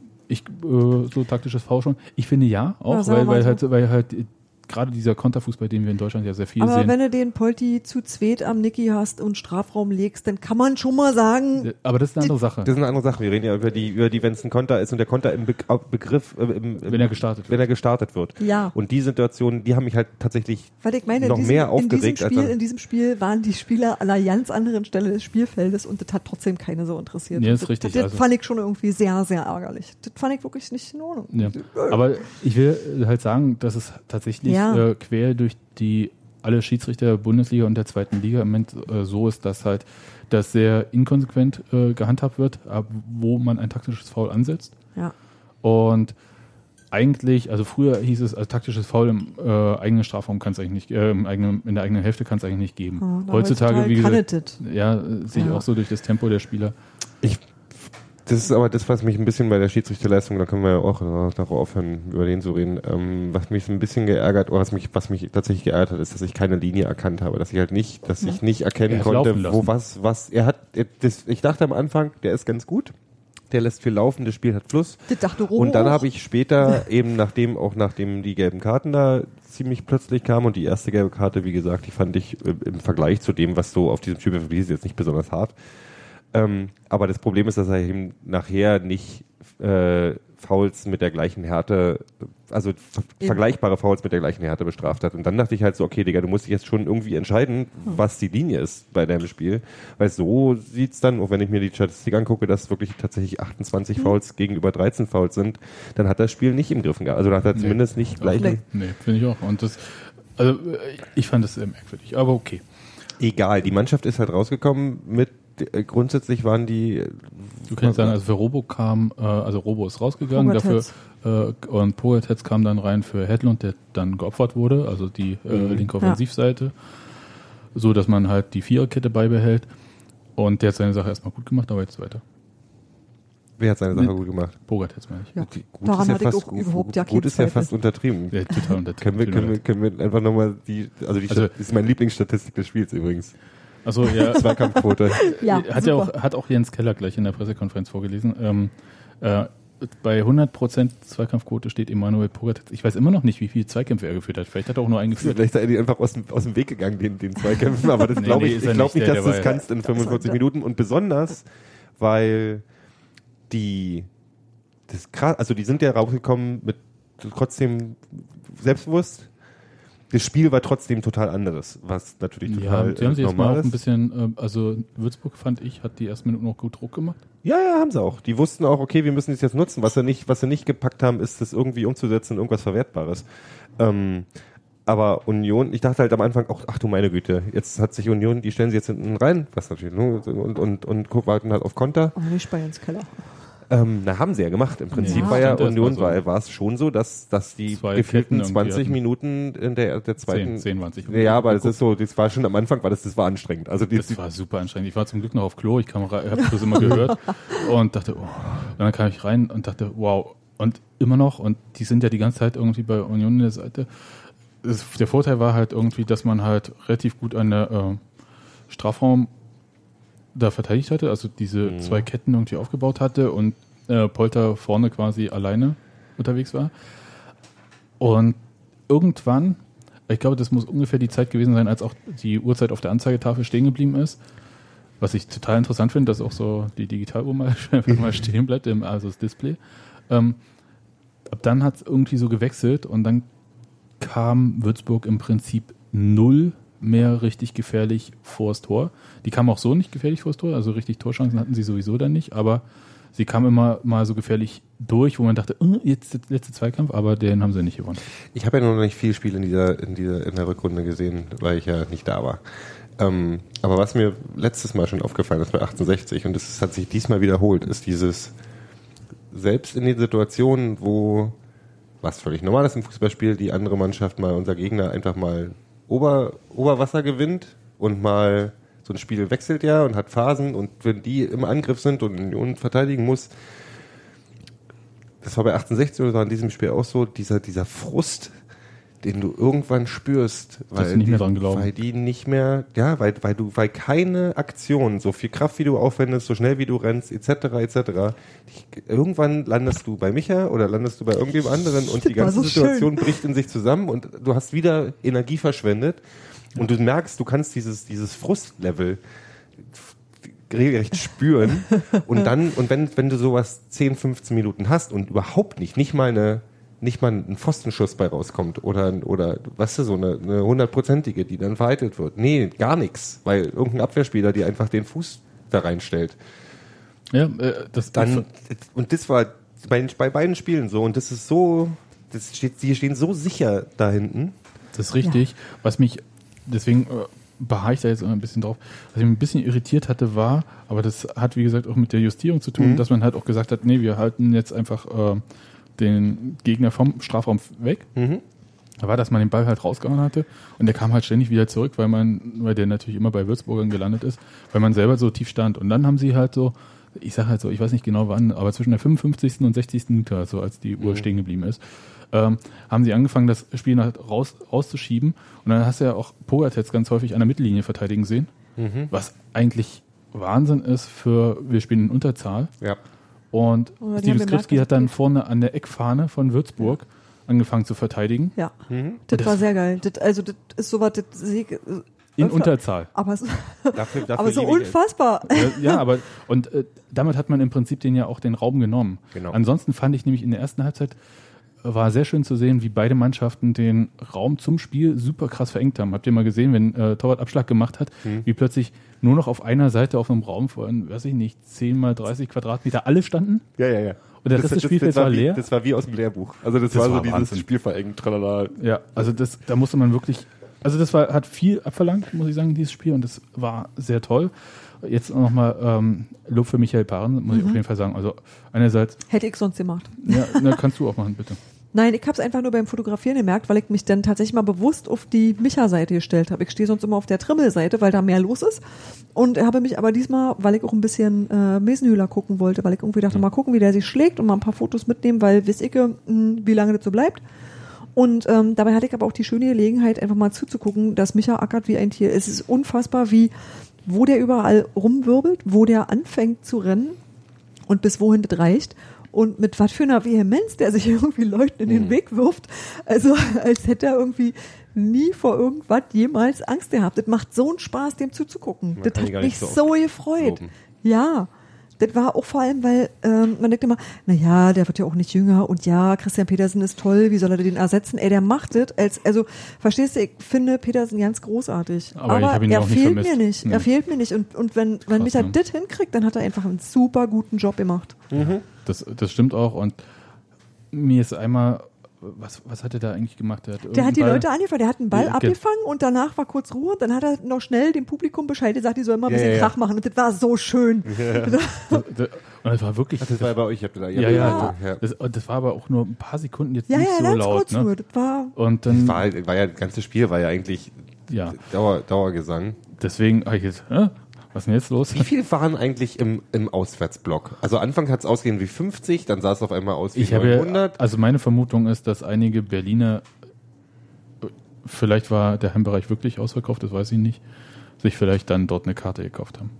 so taktisches Foul schon? Ich finde ja, auch, weil halt gerade dieser Konterfußball, den wir in Deutschland ja sehr viel sehen. Aber wenn du den Polti zu zweit am Niki hast und Strafraum legst, dann kann man schon mal sagen... Aber das ist eine andere Sache. Das ist eine andere Sache. Wir reden ja über die, wenn es ein Konter ist und der Konter im Begriff... wenn er gestartet wird. Ja. Und die Situationen, die haben mich halt tatsächlich noch mehr aufgeregt. In diesem Spiel waren die Spieler an einer ganz anderen Stelle des Spielfeldes und das hat trotzdem keine so interessiert. Nee, das ist richtig. Das fand ich schon irgendwie sehr, sehr ärgerlich. Das fand ich wirklich nicht in Ordnung. Ja. Aber ich will halt sagen, dass es tatsächlich quer durch alle Schiedsrichter der Bundesliga und der zweiten Liga im Moment so ist, dass halt das sehr inkonsequent gehandhabt wird, wo man ein taktisches Foul ansetzt. Ja. Und eigentlich, also früher hieß es, als taktisches Foul im eigenen Strafraum kann es eigentlich nicht, in der eigenen Hälfte kann es eigentlich nicht geben. Heutzutage, wie gesagt, sehe ich auch so durch das Tempo der Spieler. Das ist aber das, was mich ein bisschen bei der Schiedsrichterleistung, da können wir ja auch darauf aufhören, über den zu reden, was mich ein bisschen geärgert, oder was mich tatsächlich geärgert hat, ist, dass ich keine Linie erkannt habe, dass ich nicht erkennen konnte, wo was er hat. Ich dachte am Anfang, der ist ganz gut, der lässt viel laufen, das Spiel hat Fluss. Das dachte Robo und dann auch. habe ich später eben nachdem die gelben Karten da ziemlich plötzlich kamen und die erste gelbe Karte, wie gesagt, die fand ich im Vergleich zu dem, was so auf diesem Typ ist, jetzt nicht besonders hart. Aber das Problem ist, dass er eben nachher nicht Fouls mit der gleichen Härte, also vergleichbare Fouls mit der gleichen Härte bestraft hat. Und dann dachte ich halt so, okay, Digga, du musst dich jetzt schon irgendwie entscheiden, was die Linie ist bei deinem Spiel. Weil so sieht's dann, auch wenn ich mir die Statistik angucke, dass wirklich tatsächlich 28 Fouls gegenüber 13 Fouls sind, dann hat das Spiel nicht im Griff gehabt. Also da hat er zumindest nicht gleich... Nee, finde ich auch. Und ich fand das sehr merkwürdig, aber okay. Egal, die Mannschaft ist halt rausgekommen mit grundsätzlich waren die... Du kannst sagen, also für Robo Robo ist rausgegangen, und Pogatetz kam dann rein für Hedlund, der dann geopfert wurde, also die linke Offensivseite, so dass man halt die Viererkette beibehält, und der hat seine Sache erstmal gut gemacht, aber jetzt weiter. Wer hat seine Sache gut gemacht? Pogatetz, meine ich. Ja. Daran hatte ich auch überhaupt ja keinen Gut ist ja fast untertrieben. Ja, total untertrieben. Können wir einfach nochmal das ist meine Lieblingsstatistik des Spiels übrigens. Also ja, Zweikampfquote. Hat auch Jens Keller gleich in der Pressekonferenz vorgelesen. Bei 100% Zweikampfquote steht Emanuel Pogatetz. Ich weiß immer noch nicht, wie viele Zweikämpfe er geführt hat. Vielleicht hat er auch nur einen geführt. Vielleicht ist er einfach aus dem Weg gegangen, den Zweikämpfen. Aber das glaube ich. Ich glaube nicht, dass du das kannst in 45 Minuten. Und besonders, weil die sind ja rausgekommen mit trotzdem selbstbewusst. Das Spiel war trotzdem total anderes, was natürlich total die haben sie jetzt mal normal auch ist. ein bisschen, also Würzburg, fand ich, hat die ersten Minuten noch gut Druck gemacht. Ja, haben sie auch. Die wussten auch, okay, wir müssen das jetzt nutzen. Was sie nicht gepackt haben, ist das irgendwie umzusetzen in irgendwas Verwertbares. Aber Union, ich dachte halt am Anfang auch, ach du meine Güte, jetzt hat sich Union, die stellen sie jetzt hinten rein, was natürlich, und warten halt auf Konter. Aber nicht bei Jens Keller. Haben sie ja gemacht. Im Prinzip war es schon so, dass die gefühlten 20 Minuten in der zweiten... 10 waren sich. Ja, aber das ist so, das war schon am Anfang, das war anstrengend. Also das war super anstrengend. Ich war zum Glück noch auf Klo, ich habe das immer gehört und dachte, und dann kam ich rein und dachte, wow. Und immer noch, und die sind ja die ganze Zeit irgendwie bei Union in der Seite. Der Vorteil war halt irgendwie, dass man halt relativ gut an der Strafraum da verteidigt hatte, also diese zwei Ketten irgendwie aufgebaut hatte und Polter vorne quasi alleine unterwegs war. Und irgendwann, ich glaube, das muss ungefähr die Zeit gewesen sein, als auch die Uhrzeit auf der Anzeigetafel stehen geblieben ist, was ich total interessant finde, dass auch so die Digitaluhr mal stehen bleibt, also das Display. Ab dann hat es irgendwie so gewechselt und dann kam Würzburg im Prinzip 0 mehr richtig gefährlich vors Tor. Die kamen auch so nicht gefährlich vors Tor, also richtig Torchancen hatten sie sowieso dann nicht, aber sie kamen immer mal so gefährlich durch, wo man dachte, jetzt der letzte Zweikampf, aber den haben sie nicht gewonnen. Ich habe ja noch nicht viel Spiel in der Rückrunde gesehen, weil ich ja nicht da war. Aber was mir letztes Mal schon aufgefallen ist bei 1860 und das hat sich diesmal wiederholt, ist dieses, selbst in den Situationen, wo, was völlig normal ist im Fußballspiel, die andere Mannschaft mal, unser Gegner einfach mal Oberwasser gewinnt und mal so ein Spiel wechselt ja und hat Phasen und wenn die im Angriff sind und Union verteidigen muss, das war bei 1860 oder war in diesem Spiel auch so, dieser Frust, den du irgendwann spürst, weil nicht mehr dran glauben. Weil die nicht mehr, ja, weil keine Aktion, so viel Kraft wie du aufwendest, so schnell wie du rennst, etc. Irgendwann landest du bei Micha oder landest du bei irgendwem anderen und die ganze Situation bricht in sich zusammen und du hast wieder Energie verschwendet und du merkst, du kannst dieses Frustlevel regelrecht spüren und wenn du sowas 10, 15 Minuten hast und überhaupt nicht mal ein Pfostenschuss bei rauskommt oder weißt du, so eine 100-prozentige, die dann vereitelt wird. Nee, gar nichts, weil irgendein Abwehrspieler dir einfach den Fuß da reinstellt. Ja, und das war bei beiden Spielen so und das ist so, die stehen so sicher da hinten. Das ist richtig. Ja. Was mich, deswegen beharre ich da jetzt ein bisschen drauf, was mich ein bisschen irritiert hatte war, aber das hat wie gesagt auch mit der Justierung zu tun, dass man halt auch gesagt hat, nee, wir halten jetzt einfach den Gegner vom Strafraum weg. Da war, dass man den Ball halt rausgehauen hatte und der kam halt ständig wieder zurück, weil der natürlich immer bei Würzburgern gelandet ist, weil man selber so tief stand. Und dann haben sie halt so, ich sag halt so, ich weiß nicht genau wann, aber zwischen der 55. und 60. Minute, also als die Uhr stehen geblieben ist, haben sie angefangen, das Spiel rauszuschieben. Und dann hast du ja auch Pogatetz ganz häufig an der Mittellinie verteidigen sehen, was eigentlich Wahnsinn ist wir spielen in Unterzahl. Ja. Und Steve Skripski hat dann vorne an der Eckfahne von Würzburg angefangen zu verteidigen. Ja, das war sehr geil. Das ist sowas, in Unterzahl. Aber dafür aber so unfassbar. Ja, aber damit hat man im Prinzip den ja auch den Raum genommen. Genau. Ansonsten fand ich nämlich in der ersten Halbzeit war sehr schön zu sehen, wie beide Mannschaften den Raum zum Spiel super krass verengt haben. Habt ihr mal gesehen, wenn Torwart Abschlag gemacht hat, wie plötzlich nur noch auf einer Seite auf einem Raum von, weiß ich nicht, 10 mal 30 Quadratmeter alle standen? Ja. Und der Rest des Spielfelds war leer? Das war wie aus dem Lehrbuch. Also das war so dieses Wahnsinn. Spiel verengt, tralala. Ja, also da musste man wirklich, also hat viel abverlangt, muss ich sagen, dieses Spiel, und das war sehr toll. Jetzt nochmal Lob für Michael Paaren, muss ich auf jeden Fall sagen. Also einerseits... Hätte ich sonst gemacht. Ja, kannst du auch machen, bitte. Nein, ich habe es einfach nur beim Fotografieren gemerkt, weil ich mich dann tatsächlich mal bewusst auf die Micha-Seite gestellt habe. Ich stehe sonst immer auf der Trimmel-Seite, weil da mehr los ist. Und habe mich aber diesmal, weil ich auch ein bisschen Mesenhühler gucken wollte, weil ich irgendwie dachte, mal gucken, wie der sich schlägt und mal ein paar Fotos mitnehmen, weil weiß ich, wie lange das so bleibt. Und dabei hatte ich aber auch die schöne Gelegenheit, einfach mal zuzugucken, dass Micha ackert wie ein Tier. Es ist unfassbar, wo der überall rumwirbelt, wo der anfängt zu rennen und bis wohin das reicht. Und mit was für einer Vehemenz der sich irgendwie Leuten in den Weg wirft. Also als hätte er irgendwie nie vor irgendwas jemals Angst gehabt. Das macht so einen Spaß, dem zuzugucken. Das hat mich so gefreut. Loben. Ja, das war auch vor allem, weil man denkt immer, naja, der wird ja auch nicht jünger und ja, Christian Petersen ist toll, wie soll er den ersetzen? Der macht das also, verstehst du, ich finde Petersen ganz großartig. Aber er fehlt mir nicht. Er fehlt mir nicht. Und wenn Micha das hinkriegt, dann hat er einfach einen super guten Job gemacht. Das stimmt auch, und mir ist einmal, was hat er da eigentlich gemacht? Der hat die Leute angefangen, der hat einen Ball abgefangen und danach war kurz Ruhe und dann hat er noch schnell dem Publikum Bescheid gesagt, die sollen mal ein bisschen Krach machen, und das war so schön. Und das war wirklich... das war bei euch, das war aber auch nur ein paar Sekunden jetzt nicht so ganz laut. Kurz nur. Das war und dann das ganze Spiel war ja eigentlich Dauergesang. Deswegen habe ich jetzt... Was ist denn jetzt los? Wie viel waren eigentlich im Auswärtsblock? Also Anfang hat es ausgehend wie 50, dann sah es auf einmal aus wie 900. Also meine Vermutung ist, dass einige Berliner, vielleicht war der Heimbereich wirklich ausverkauft, das weiß ich nicht, sich vielleicht dann dort eine Karte gekauft haben.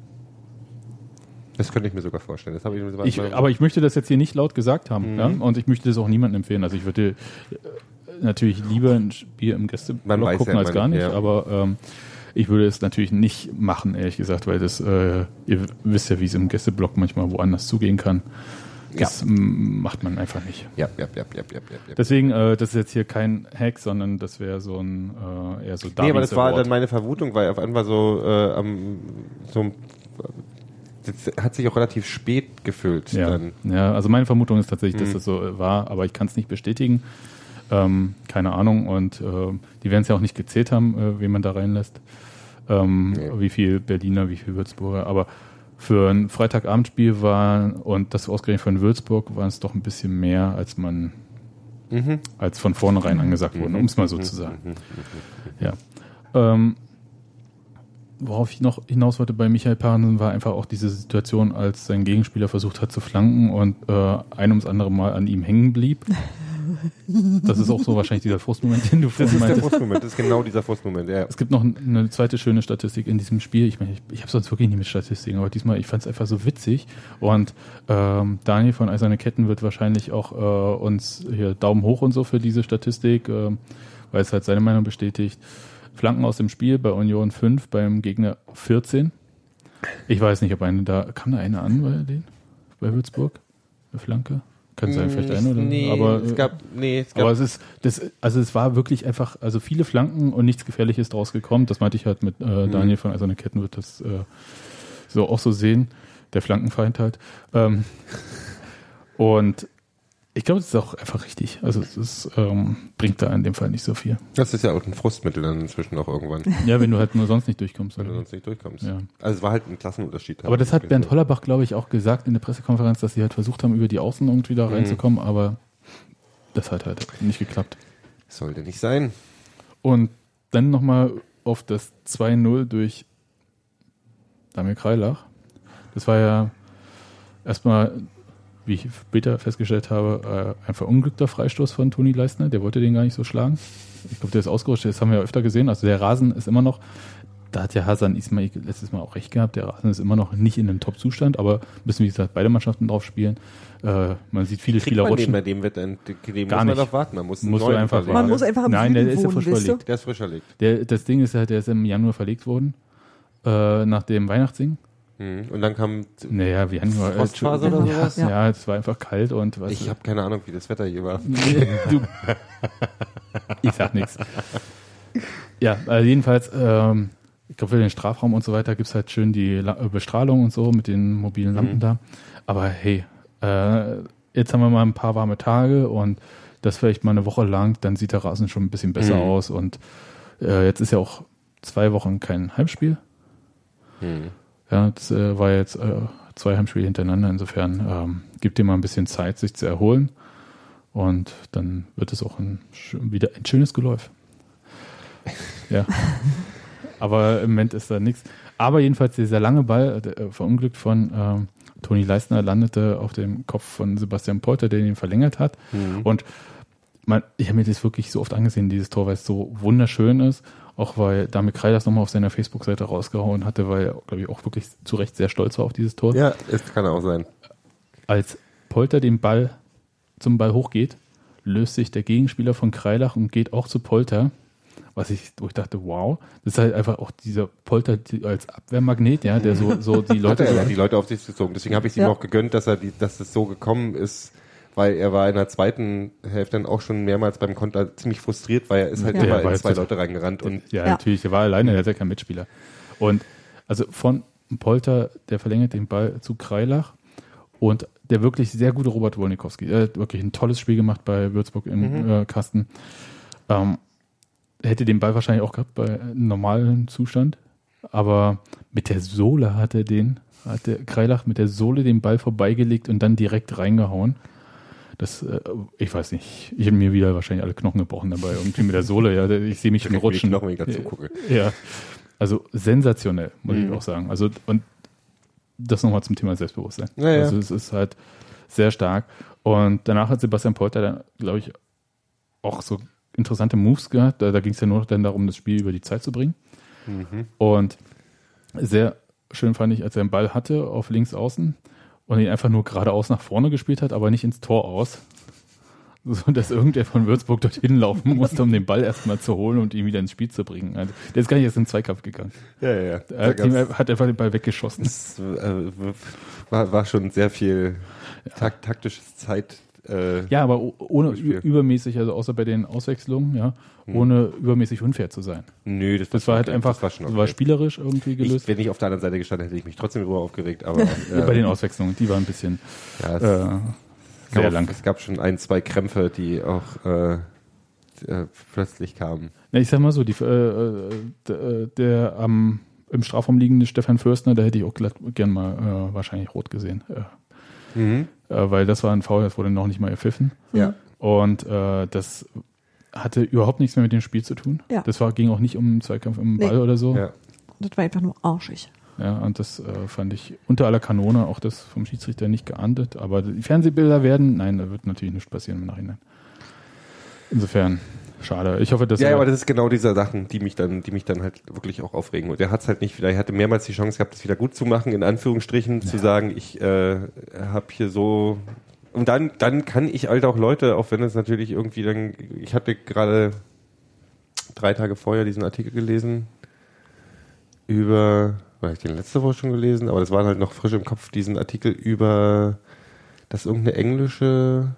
Das könnte ich mir sogar vorstellen. Das habe aber ich möchte das jetzt hier nicht laut gesagt haben, ja? Und ich möchte das auch niemandem empfehlen. Also ich würde natürlich lieber ein Spiel im Gästeblock gucken als gar nicht, aber ich würde es natürlich nicht machen, ehrlich gesagt, weil das, ihr wisst ja, wie es im Gästeblock manchmal woanders zugehen kann. Das macht man einfach nicht. Ja. Deswegen, das ist jetzt hier kein Hack, sondern das wäre so ein eher so Nee, aber das war dann meine Vermutung, weil auf einmal so das hat sich auch relativ spät gefüllt. Ja. Dann. Ja, also meine Vermutung ist tatsächlich, dass das so war, aber ich kann es nicht bestätigen. Keine Ahnung. Und die werden es ja auch nicht gezählt haben, wen man da reinlässt. Wie viel Berliner, wie viel Würzburger. Aber für ein Freitagabendspiel und das ausgerechnet von Würzburg, war es doch ein bisschen mehr, als man als von vornherein angesagt wurde, um es mal so zu sagen. Ja. Worauf ich noch hinaus wollte bei Michael Parensen, war einfach auch diese Situation, als sein Gegenspieler versucht hat zu flanken und ein ums andere Mal an ihm hängen blieb. Das ist auch so wahrscheinlich dieser Frustmoment, den du vorhin meintest. Das ist der Frustmoment, das ist genau dieser Frustmoment, ja. Es gibt noch eine zweite schöne Statistik in diesem Spiel. Ich meine, ich habe sonst wirklich nie mit Statistiken, aber diesmal, ich fand es einfach so witzig. Und Daniel von Eiserne Ketten wird wahrscheinlich auch uns hier Daumen hoch und so für diese Statistik, weil es halt seine Meinung bestätigt. Flanken aus dem Spiel bei Union 5, beim Gegner 14. Ich weiß nicht, ob kam da eine an bei Würzburg? Eine Flanke? Kann sein, vielleicht eine oder nee, aber es gab. Aber es war wirklich einfach, also viele Flanken und nichts Gefährliches draus gekommen. Das meinte ich halt mit Daniel von Eiserne Ketten wird das so auch so sehen, der Flankenfeind halt. Und ich glaube, das ist auch einfach richtig. Also es bringt da in dem Fall nicht so viel. Das ist ja auch ein Frustmittel dann inzwischen auch irgendwann. Ja, wenn du halt nur sonst nicht durchkommst. Wenn du sonst nicht durchkommst. Ja. Also es war halt ein Klassenunterschied. Aber das hat Bernd Hollerbach, glaube ich, auch gesagt in der Pressekonferenz, dass sie halt versucht haben, über die Außen irgendwie da reinzukommen, aber das hat halt nicht geklappt. Sollte nicht sein. Und dann nochmal auf das 2-0 durch Damir Kreilach. Das war ja erstmal, wie ich später festgestellt habe, ein verunglückter Freistoß von Toni Leistner. Der wollte den gar nicht so schlagen. Ich glaube, der ist ausgerutscht. Das haben wir ja öfter gesehen. Also der Rasen ist immer noch, da hat ja Hasan Ismail letztes Mal auch recht gehabt, der Rasen ist immer noch nicht in einem Top-Zustand, aber müssen, wie gesagt, beide Mannschaften drauf spielen. Man sieht viele Spieler rutschen. Bei dem muss Gar man nicht. doch warten. Man muss Musst du einfach Man muss einfach im Nein, der Süden ist ja wohnen, frisch weißt du? verlegt. Der ist frischer liegt. Das Ding ist halt, der ist im Januar verlegt worden, nach dem Weihnachtssingen. Und dann kam Naja, wie Januar. Frostphase oder sowas? Ja, es war einfach kalt und was. Ich habe keine Ahnung, wie das Wetter hier war. Ich sag nichts. Ja, also jedenfalls, ich glaube, für den Strafraum und so weiter gibt es halt schön die Bestrahlung und so mit den mobilen Lampen da. Aber hey, jetzt haben wir mal ein paar warme Tage und das vielleicht mal eine Woche lang, dann sieht der Rasen schon ein bisschen besser aus. Und jetzt ist ja auch 2 Wochen kein Heimspiel. Ja, das war jetzt 2 Heimspiele hintereinander. Insofern gibt dir mal ein bisschen Zeit, sich zu erholen. Und dann wird es auch wieder ein schönes Geläuf. Ja. Aber im Moment ist da nichts. Aber jedenfalls dieser lange Ball, verunglückt von Toni Leistner, landete auf dem Kopf von Sebastian Polter, der ihn verlängert hat. Und ich habe mir das wirklich so oft angesehen, dieses Tor, weil es so wunderschön ist. Auch weil Damir Kreilach das nochmal auf seiner Facebook-Seite rausgehauen hatte, weil er, glaube ich, auch wirklich zu Recht sehr stolz war auf dieses Tor. Ja, das kann auch sein. Als Polter zum Ball hochgeht, löst sich der Gegenspieler von Kreilach und geht auch zu Polter. Wo ich dachte, wow, das ist halt einfach auch dieser Polter als Abwehrmagnet, ja, der so die Leute. Hat er die Leute auf sich gezogen. Deswegen habe ich ihm auch gegönnt, dass es so gekommen ist, weil er war in der zweiten Hälfte dann auch schon mehrmals beim Konter ziemlich frustriert, weil er ist halt immer in 2 Leute reingerannt. Ja, natürlich, der war alleine, der hat ja keinen Mitspieler. Und also von Polter, der verlängert den Ball zu Kreilach und der wirklich sehr gute Robert Wolnikowski, der hat wirklich ein tolles Spiel gemacht bei Würzburg im Kasten. Hätte den Ball wahrscheinlich auch gehabt bei normalen Zustand, aber mit der Sohle hat der Kreilach mit der Sohle den Ball vorbeigelegt und dann direkt reingehauen. Das, ich weiß nicht, ich habe mir wieder wahrscheinlich alle Knochen gebrochen dabei, irgendwie mit der Sohle, ja, ich sehe mich schon rutschen. Knochen, wenn ich dazu gucke. Ja, also sensationell, muss ich auch sagen. Also, und das nochmal zum Thema Selbstbewusstsein. Ja. Also, es ist halt sehr stark. Und danach hat Sebastian Polter dann, glaube ich, auch so interessante Moves gehabt. Da ging es ja nur dann darum, das Spiel über die Zeit zu bringen. Und sehr schön fand ich, als er den Ball hatte auf links außen und ihn einfach nur geradeaus nach vorne gespielt hat, aber nicht ins Tor aus, so dass irgendwer von Würzburg dorthin laufen musste, um den Ball erstmal zu holen und ihn wieder ins Spiel zu bringen. Also, der ist gar nicht erst in den Zweikampf gegangen. Ja. Er hat einfach den Ball weggeschossen. Das war schon sehr viel taktisches Zeit. Ja, aber ohne Spiel. übermäßig, also außer bei den Auswechslungen, ja, ohne übermäßig unfair zu sein. Nö, Das war halt okay. einfach, Das war schon das okay. war spielerisch irgendwie gelöst. Wenn ich auf der anderen Seite gestanden hätte, hätte ich mich trotzdem darüber aufgeregt. Aber Bei den Auswechslungen, die waren ein bisschen sehr lang. Es gab schon 1, 2 Krämpfe, die auch plötzlich kamen. Ja, ich sag mal so, der im Strafraum liegende Stefan Fürstner, da hätte ich auch gern mal wahrscheinlich rot gesehen. Weil das war ein Foul, das wurde noch nicht mal gepfiffen. Ja. Und das hatte überhaupt nichts mehr mit dem Spiel zu tun. Ja. Das ging auch nicht um einen Zweikampf im Ball oder so. Ja. Das war einfach nur arschig. Ja, und das fand ich unter aller Kanone, auch das vom Schiedsrichter nicht geahndet. Aber die Fernsehbilder da wird natürlich nichts passieren im Nachhinein. Insofern, schade. Ich hoffe, dass Ja, aber das ist genau diese Sachen, die mich dann halt wirklich auch aufregen. Und der hat es halt nicht wieder, er hatte mehrmals die Chance gehabt, das wieder gut zu machen, in Anführungsstrichen, zu sagen, ich habe hier so. Und dann kann ich halt auch Leute, auch wenn es natürlich irgendwie dann, ich hatte gerade 3 Tage vorher diesen Artikel gelesen war ich den letzte Woche schon gelesen, aber das war halt noch frisch im Kopf, diesen Artikel über, dass irgendeine englische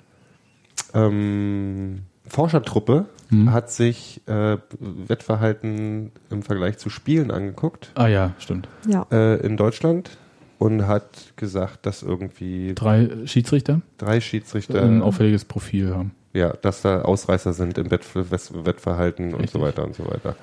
Forschertruppe hat sich Wettverhalten im Vergleich zu Spielen angeguckt. Ah ja, stimmt. Ja. In Deutschland und hat gesagt, dass irgendwie 3 Schiedsrichter 3 Schiedsrichter ein auffälliges Profil haben. ja, dass da Ausreißer sind im Wettverhalten und Richtig. so weiter und so weiter.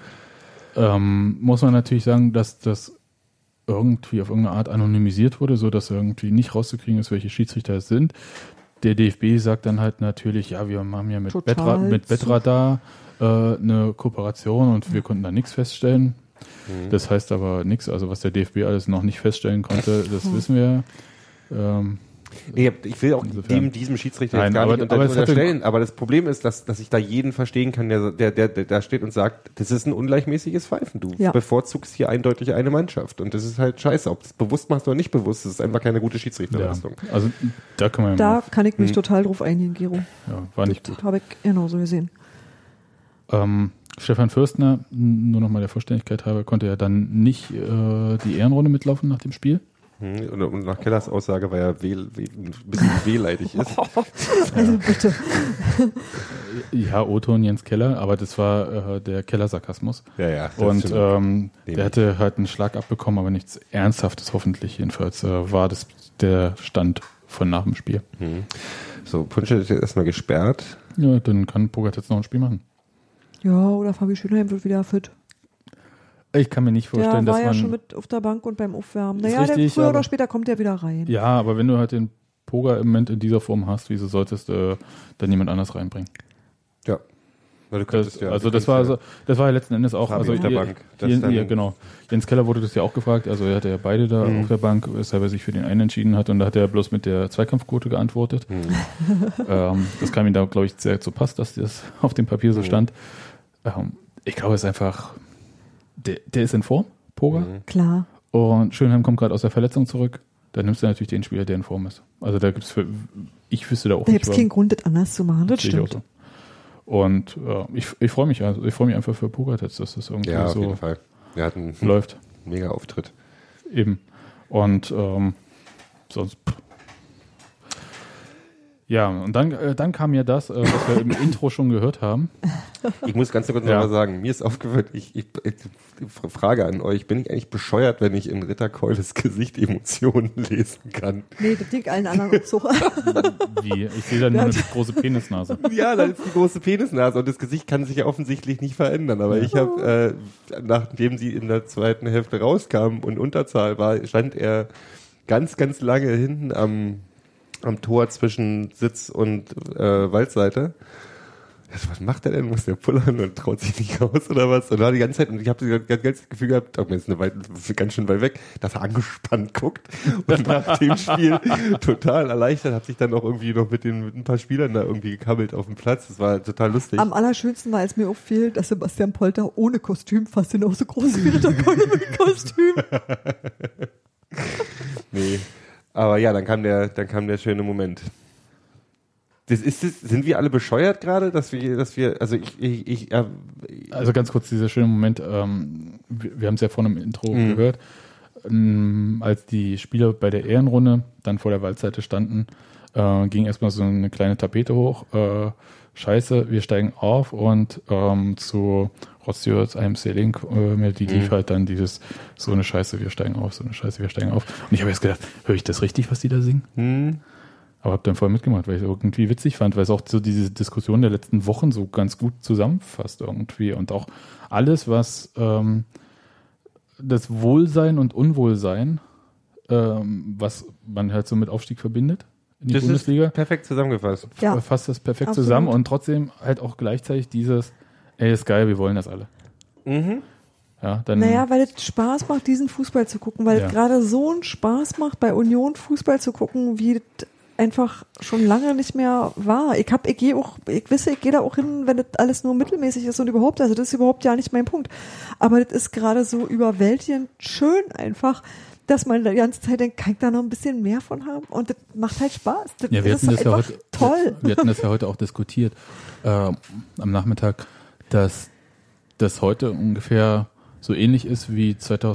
Muss man natürlich sagen, dass das irgendwie auf irgendeine Art anonymisiert wurde, so dass irgendwie nicht rauszukriegen ist, welche Schiedsrichter es sind. Der DFB sagt dann halt natürlich, ja, wir haben ja mit Wettradar eine Kooperation und wir konnten da nichts feststellen. Das heißt aber nichts, also was der DFB alles noch nicht feststellen konnte, das wissen wir. Nee, ich will auch Insofern. diesem Schiedsrichter Nein, jetzt gar nicht aber es hatte- unterstellen, aber das Problem ist, dass ich da jeden verstehen kann, der da steht und sagt, das ist ein ungleichmäßiges Pfeifen. Du Ja. bevorzugst hier eindeutig eine Mannschaft und das ist halt scheiße, ob du es bewusst machst oder nicht bewusst, das ist einfach keine gute Ja, Schiedsrichterleistung. also da kann man Da kann ich mich total drauf eingehen, Gero. ja, war nicht gut. Habe ich genauso gesehen. Stefan Fürstner, nur nochmal der Vollständigkeit halber, konnte ja dann nicht die Ehrenrunde mitlaufen nach dem Spiel. Und nach Kellers Aussage, weil er ein bisschen wehleidig ist. Also bitte. Ja, Otto und Jens Keller, aber das war der Keller-Sarkasmus. Ja. das Und stimmt. der hatte halt einen Schlag abbekommen, aber nichts Ernsthaftes hoffentlich. Jedenfalls war das der Stand von nach dem Spiel. So, Punsch ist jetzt erstmal gesperrt. Ja, dann kann Pogac jetzt noch ein Spiel machen. Ja, oder Fabi Schönheim wird wieder fit. Ich kann mir nicht vorstellen, Der war dass ja man... schon mit auf der Bank und beim Aufwärmen. Ist Naja, richtig, früher aber- oder später kommt der wieder rein. Ja, aber wenn du halt den Poga im Moment in dieser Form hast, wieso solltest du dann jemand anders reinbringen? Ja. Weil du könntest Das war ja letzten Endes auch... Fabi Also auf der Bank. Das dann- genau. Jens Keller wurde das ja auch gefragt, also er hatte ja beide da auf der Bank, weshalb er sich für den einen entschieden hat und da hat er bloß mit der Zweikampfquote geantwortet. Das kam ihm da, glaube ich, sehr zu Pass, dass das auf dem Papier so stand. Ich glaube, es ist einfach... Der ist in Form, Poga. Klar. Und Schönheim kommt gerade aus der Verletzung zurück. Dann nimmst du natürlich den Spieler, der in Form ist. Also da gibt's ich wüsste da auch Da nicht. gibt es keinen Grund, das anders zu machen. Das sehe ich auch stimmt. so. Und ich freue mich, also ich freue mich einfach für Pogac jetzt, dass das irgendwie Ja, auf so jeden Fall. Er hat einen läuft. mega Auftritt. Eben. Und sonst. Ja, und dann kam ja das, was wir im Intro schon gehört haben. Ich muss ganz kurz Ja. noch mal sagen, mir ist aufgefallen, ich Frage an euch, bin ich eigentlich bescheuert, wenn ich in Ritter Keules Gesicht Emotionen lesen kann? Nee, das liegt allen anderen auch so. Wie? Ich sehe da nur eine große Penisnase. Ja, da ist die große Penisnase und das Gesicht kann sich ja offensichtlich nicht verändern, aber ich habe, nachdem sie in der zweiten Hälfte rauskam und Unterzahl war, stand er ganz, ganz lange hinten am Tor zwischen Sitz und Waldseite. Was macht er denn? Muss der pullern und traut sich nicht raus oder was? Und war die ganze Zeit, und ich habe das ganze Gefühl gehabt, oh, mir ist ganz schön weit weg, dass er angespannt guckt und nach dem Spiel total erleichtert, hat sich dann auch irgendwie noch mit ein paar Spielern da irgendwie gekabbelt auf dem Platz. Das war total lustig. Am allerschönsten war, als mir auffiel, dass Sebastian Polter ohne Kostüm fast genauso groß ist wie Ritter Keule mit Kostüm. Nee. Aber ja, dann kam der schöne Moment. Sind wir alle bescheuert gerade, dass wir, also Also ganz kurz, dieser schöne Moment, wir haben es ja vorhin im Intro gehört, als die Spieler bei der Ehrenrunde dann vor der Waldseite standen, ging erstmal so eine kleine Tapete hoch, Scheiße, wir steigen auf, und zu Rod Stewart's I'm Sailing Melodie lief halt dann dieses, so eine Scheiße, wir steigen auf, so eine Scheiße, wir steigen auf. Und ich habe jetzt gedacht, höre ich das richtig, was die da singen? Aber habe dann voll mitgemacht, weil ich es irgendwie witzig fand, weil es auch so diese Diskussion der letzten Wochen so ganz gut zusammenfasst irgendwie, und auch alles, was das Wohlsein und Unwohlsein, was man halt so mit Aufstieg verbindet in die Bundesliga. Ist perfekt zusammengefasst. Ja, fasst das perfekt absolut zusammen, und trotzdem halt auch gleichzeitig dieses, ey, ist geil, wir wollen das alle. Ja, dann, Naja, weil es Spaß macht, diesen Fußball zu gucken, weil es gerade so einen Spaß macht, bei Union Fußball zu gucken, wie es einfach schon lange nicht mehr war. Ich gehe da auch hin, wenn das alles nur mittelmäßig ist und überhaupt, also das ist überhaupt ja nicht mein Punkt. Aber das ist gerade so überwältigend schön einfach, dass man die ganze Zeit denkt, kann ich da noch ein bisschen mehr von haben? Und das macht halt Spaß. Das wir ist hatten das ja einfach heute, toll. Wir hatten das ja heute auch diskutiert am Nachmittag, dass das heute ungefähr so ähnlich ist wie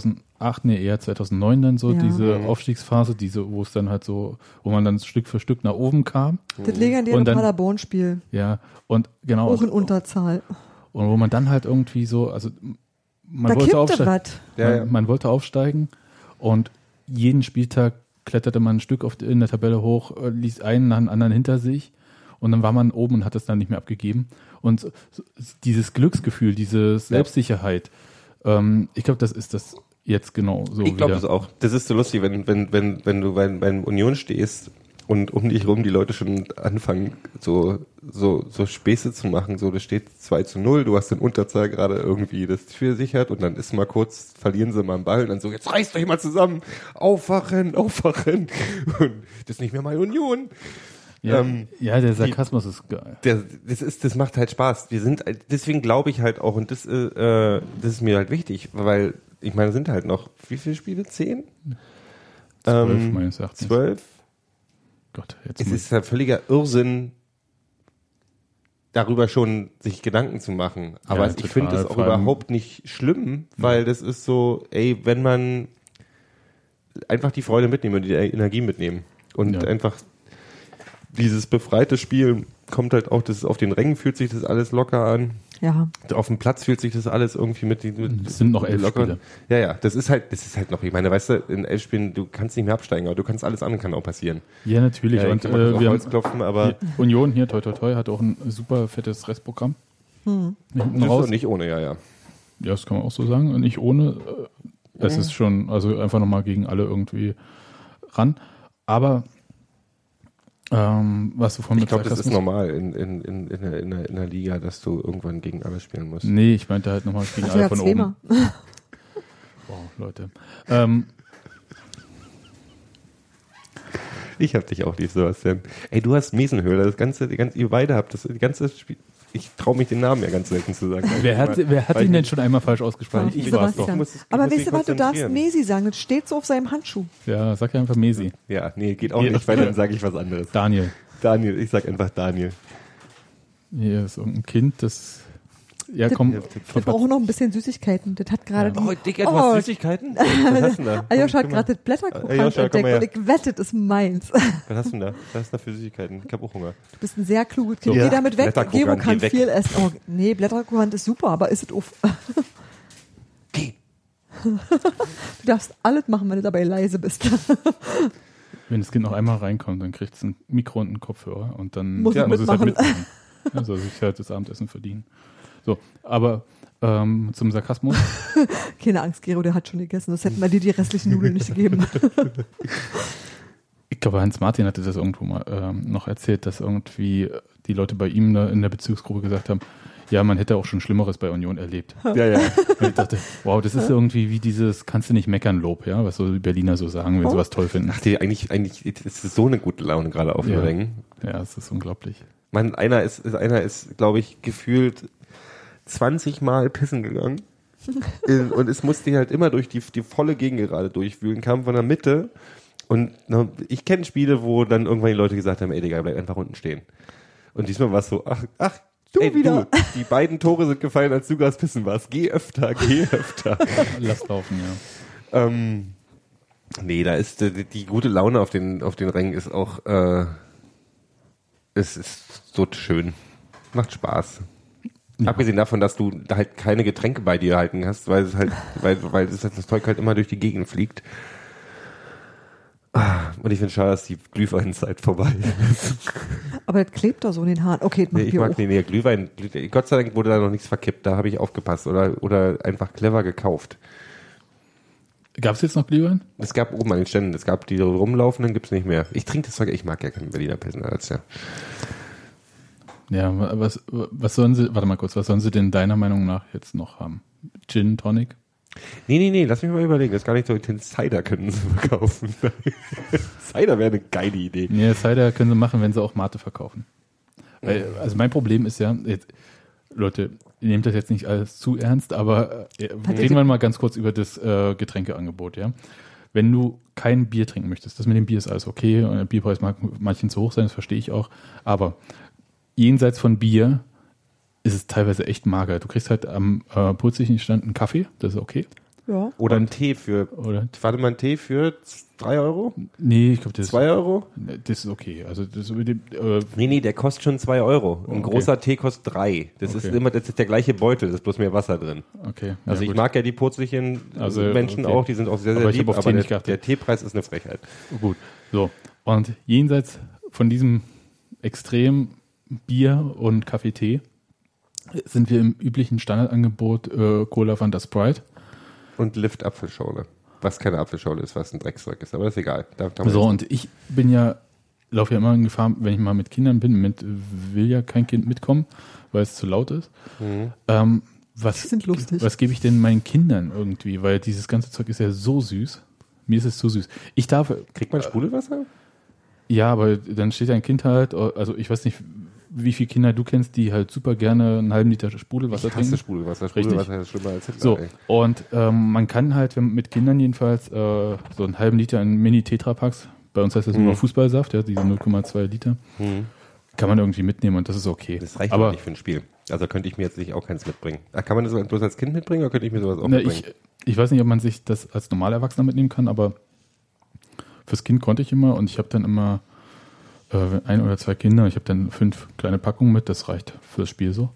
2009 dann so, diese Aufstiegsphase, wo es dann halt so, wo man dann Stück für Stück nach oben kam. Das legendäre Paderborn-Spiel. Ja, und genau. Auch in Unterzahl. Und wo man dann halt irgendwie so, also man Da wollte kippte aufsteigen. Ja. Man wollte aufsteigen, und jeden Spieltag kletterte man ein Stück in der Tabelle hoch, ließ einen nach dem anderen hinter sich, und dann war man oben und hat es dann nicht mehr abgegeben. Und dieses Glücksgefühl, diese Selbstsicherheit, ich glaube, das ist das jetzt genau so. Ich glaube das auch. Das ist so lustig, wenn du beim Union stehst und um dich rum die Leute schon anfangen, so Späße zu machen. So, das steht 2-0, du hast in Unterzahl gerade irgendwie das Spiel sichert, und dann ist mal kurz, verlieren sie mal einen Ball, und dann so, jetzt reißt euch mal zusammen, aufwachen. Und das ist nicht mehr meine Union. Ja, der Sarkasmus ist geil. Das macht halt Spaß. Deswegen glaube ich halt auch, und das ist mir halt wichtig, weil, ich meine, sind halt noch, wie viele Spiele? 10? 12 meines Erachtens. 12? Gott, jetzt Es ist ja völliger Irrsinn, darüber schon sich Gedanken zu machen. Aber ich finde das auch überhaupt nicht schlimm, weil das ist so, ey, wenn man einfach die Freude mitnehmen und die Energie mitnehmen und einfach dieses befreite Spiel kommt halt auch, das auf den Rängen fühlt sich das alles locker an. Ja. Auf dem Platz fühlt sich das alles irgendwie Es sind noch 11 Spiele. Ja, das ist halt noch, ich meine, weißt du, in 11 Spielen, du kannst nicht mehr absteigen, aber du kannst alles andere, kann auch passieren. Ja, natürlich. Ja, und wir haben klopfen, aber Union hier, toi toi toi, hat auch ein super fettes Restprogramm. Hinten das raus. ist nicht ohne, ja. Ja, das kann man auch so sagen. Und nicht ohne. Es ist schon, also einfach nochmal gegen alle irgendwie ran. Aber was du von Ich glaube, das ist normal in der Liga, dass du irgendwann gegen alle spielen musst. Nee, ich meinte halt nochmal gegen alle von oben. Wow, Leute. Ich hab dich auch lieb, Sebastian. Ey, du hast Miesenhöhler, ihr beide habt die ganze Spiel. Ich traue mich den Namen ja ganz selten zu sagen. Wer hat ihn denn schon einmal falsch ausgesprochen? Ja, Ich war es doch. Aber weißt du was, du darfst Mesi sagen, das steht so auf seinem Handschuh. Ja, sag ja einfach Mesi. Ja, nee, geht auch nicht, weil dann sage ich was anderes. Daniel, Ich sag einfach Daniel. hier ist irgendein Kind, das... Ja, komm. Wir brauchen noch ein bisschen Süßigkeiten. Das hat gerade Oh, Dicker, du hast Süßigkeiten? Was hast du denn da? Aljoscha hat gerade das Blätterkuchen entdeckt und ich wette, das ist meins. Was hast du denn da? Was hast du da für Süßigkeiten? Ich hab auch Hunger. Du bist ein sehr kluges Kind. So, Geh damit weg. Blätterkuchen, Gero kann geh weg. viel essen. Oh, nee, Blätterkuchen ist super, aber ist es auf. Geh. Du darfst alles machen, wenn du dabei leise bist. Wenn das Kind noch einmal reinkommt, dann kriegt es ein Mikro und einen Kopfhörer und dann Muss es es halt mitmachen. mitmachen. Also sich halt das Abendessen verdienen. So, aber zum Sarkasmus. Keine Angst, Gero, der hat schon gegessen. Das hätten wir dir die restlichen Nudeln nicht gegeben. Ich glaube, Hans Martin hatte das irgendwo mal noch erzählt, dass irgendwie die Leute bei ihm in der Bezugsgruppe gesagt haben, ja, man hätte auch schon Schlimmeres bei Union erlebt. Ja. Und ich dachte, wow, das ist irgendwie wie dieses kannst du nicht meckern Lob, ja, was so die Berliner so sagen, wenn sie was toll finden. Ach, eigentlich ist es so eine gute Laune gerade auf den Rängen. Ja, es ist unglaublich. Einer ist, glaube ich, gefühlt 20 Mal pissen gegangen. Und es musste halt immer durch die volle Gegengerade durchwühlen, kam von der Mitte. Und ich kenne Spiele, wo dann irgendwann die Leute gesagt haben, ey Digga, bleib einfach unten stehen. Und diesmal war es so, ach, Du wieder. Die beiden Tore sind gefallen, als du gerade pissen warst. Geh öfter. Lass laufen, ja. Nee, da ist die gute Laune auf den Rängen ist auch, es ist so schön. Macht Spaß. Ja. Abgesehen davon, dass du da halt keine Getränke bei dir halten hast, weil es halt, weil das Zeug halt immer durch die Gegend fliegt. Und ich finde schade, dass die Glühweinzeit vorbei ist. Aber das klebt da so in den Haaren. Okay, das macht Glühwein, Gott sei Dank wurde da noch nichts verkippt, da habe ich aufgepasst oder einfach clever gekauft. Gab es jetzt noch Glühwein? Es gab oben an den Ständen, es gab die rumlaufenden, gibt's nicht mehr. Ich trinke das Zeug, ich mag ja keinen Berliner Pilsner als ja. Ja, was sollen sie denn deiner Meinung nach jetzt noch haben? Gin Tonic? Nee, lass mich mal überlegen. Das ist gar nicht so, den Cider können sie verkaufen. Cider wäre eine geile Idee. Nee, Cider können sie machen, wenn sie auch Mate verkaufen. Weil, also mein Problem ist ja, jetzt, Leute, ihr nehmt das jetzt nicht alles zu ernst, aber reden wir mal ganz kurz über das Getränkeangebot, ja. Wenn du kein Bier trinken möchtest, das mit dem Bier ist alles okay, und der Bierpreis mag manchen zu hoch sein, das verstehe ich auch, aber jenseits von Bier ist es teilweise echt mager. Du kriegst halt am putzlichen Stand einen Kaffee, das ist okay. Ja. Oder einen Tee einen Tee für 3 Euro? Nee, ich glaube, das 2 Euro? Das ist okay. Also das Nee, der kostet schon 2 Euro. Ein großer Tee kostet 3. Das ist der gleiche Beutel, das ist bloß mehr Wasser drin. Okay. Also ich mag ja die putzlichen Menschen auch, die sind auch sehr, sehr aber lieb, aber der Teepreis ist eine Frechheit. Gut. So. Und jenseits von diesem Extrem Bier und Kaffee-Tee sind wir im üblichen Standardangebot Cola, Fanta, Sprite. Und Lift Apfelschorle. Was keine Apfelschorle ist, was ein Dreckszeug ist, aber ist egal. Und ich laufe ja immer in Gefahr, wenn ich mal mit Kindern bin, will ja kein Kind mitkommen, weil es zu laut ist. Die sind lustig. Was gebe ich denn meinen Kindern irgendwie? Weil dieses ganze Zeug ist ja so süß. Mir ist es zu süß. Kriegt man Sprudelwasser? Ja, aber dann steht ein Kind halt, also ich weiß nicht, wie viele Kinder du kennst, die halt super gerne einen halben Liter Sprudelwasser trinken. Ich hasse Sprudelwasser. Sprudelwasser ist schlimmer als Hitler. So, und man kann halt mit Kindern jedenfalls so einen halben Liter in Mini-Tetrapacks, bei uns heißt das nur Fußballsaft, ja, diese 0,2 Liter, kann man irgendwie mitnehmen und das ist okay. Das reicht aber nicht für ein Spiel. Also könnte ich mir jetzt nicht auch keins mitbringen. Kann man das bloß als Kind mitbringen oder könnte ich mir sowas auch mitbringen? Ich weiß nicht, ob man sich das als Normalerwachsener mitnehmen kann, aber fürs Kind konnte ich immer und ich habe dann immer 1 oder 2 Kinder, ich habe dann 5 kleine Packungen mit, das reicht fürs Spiel so.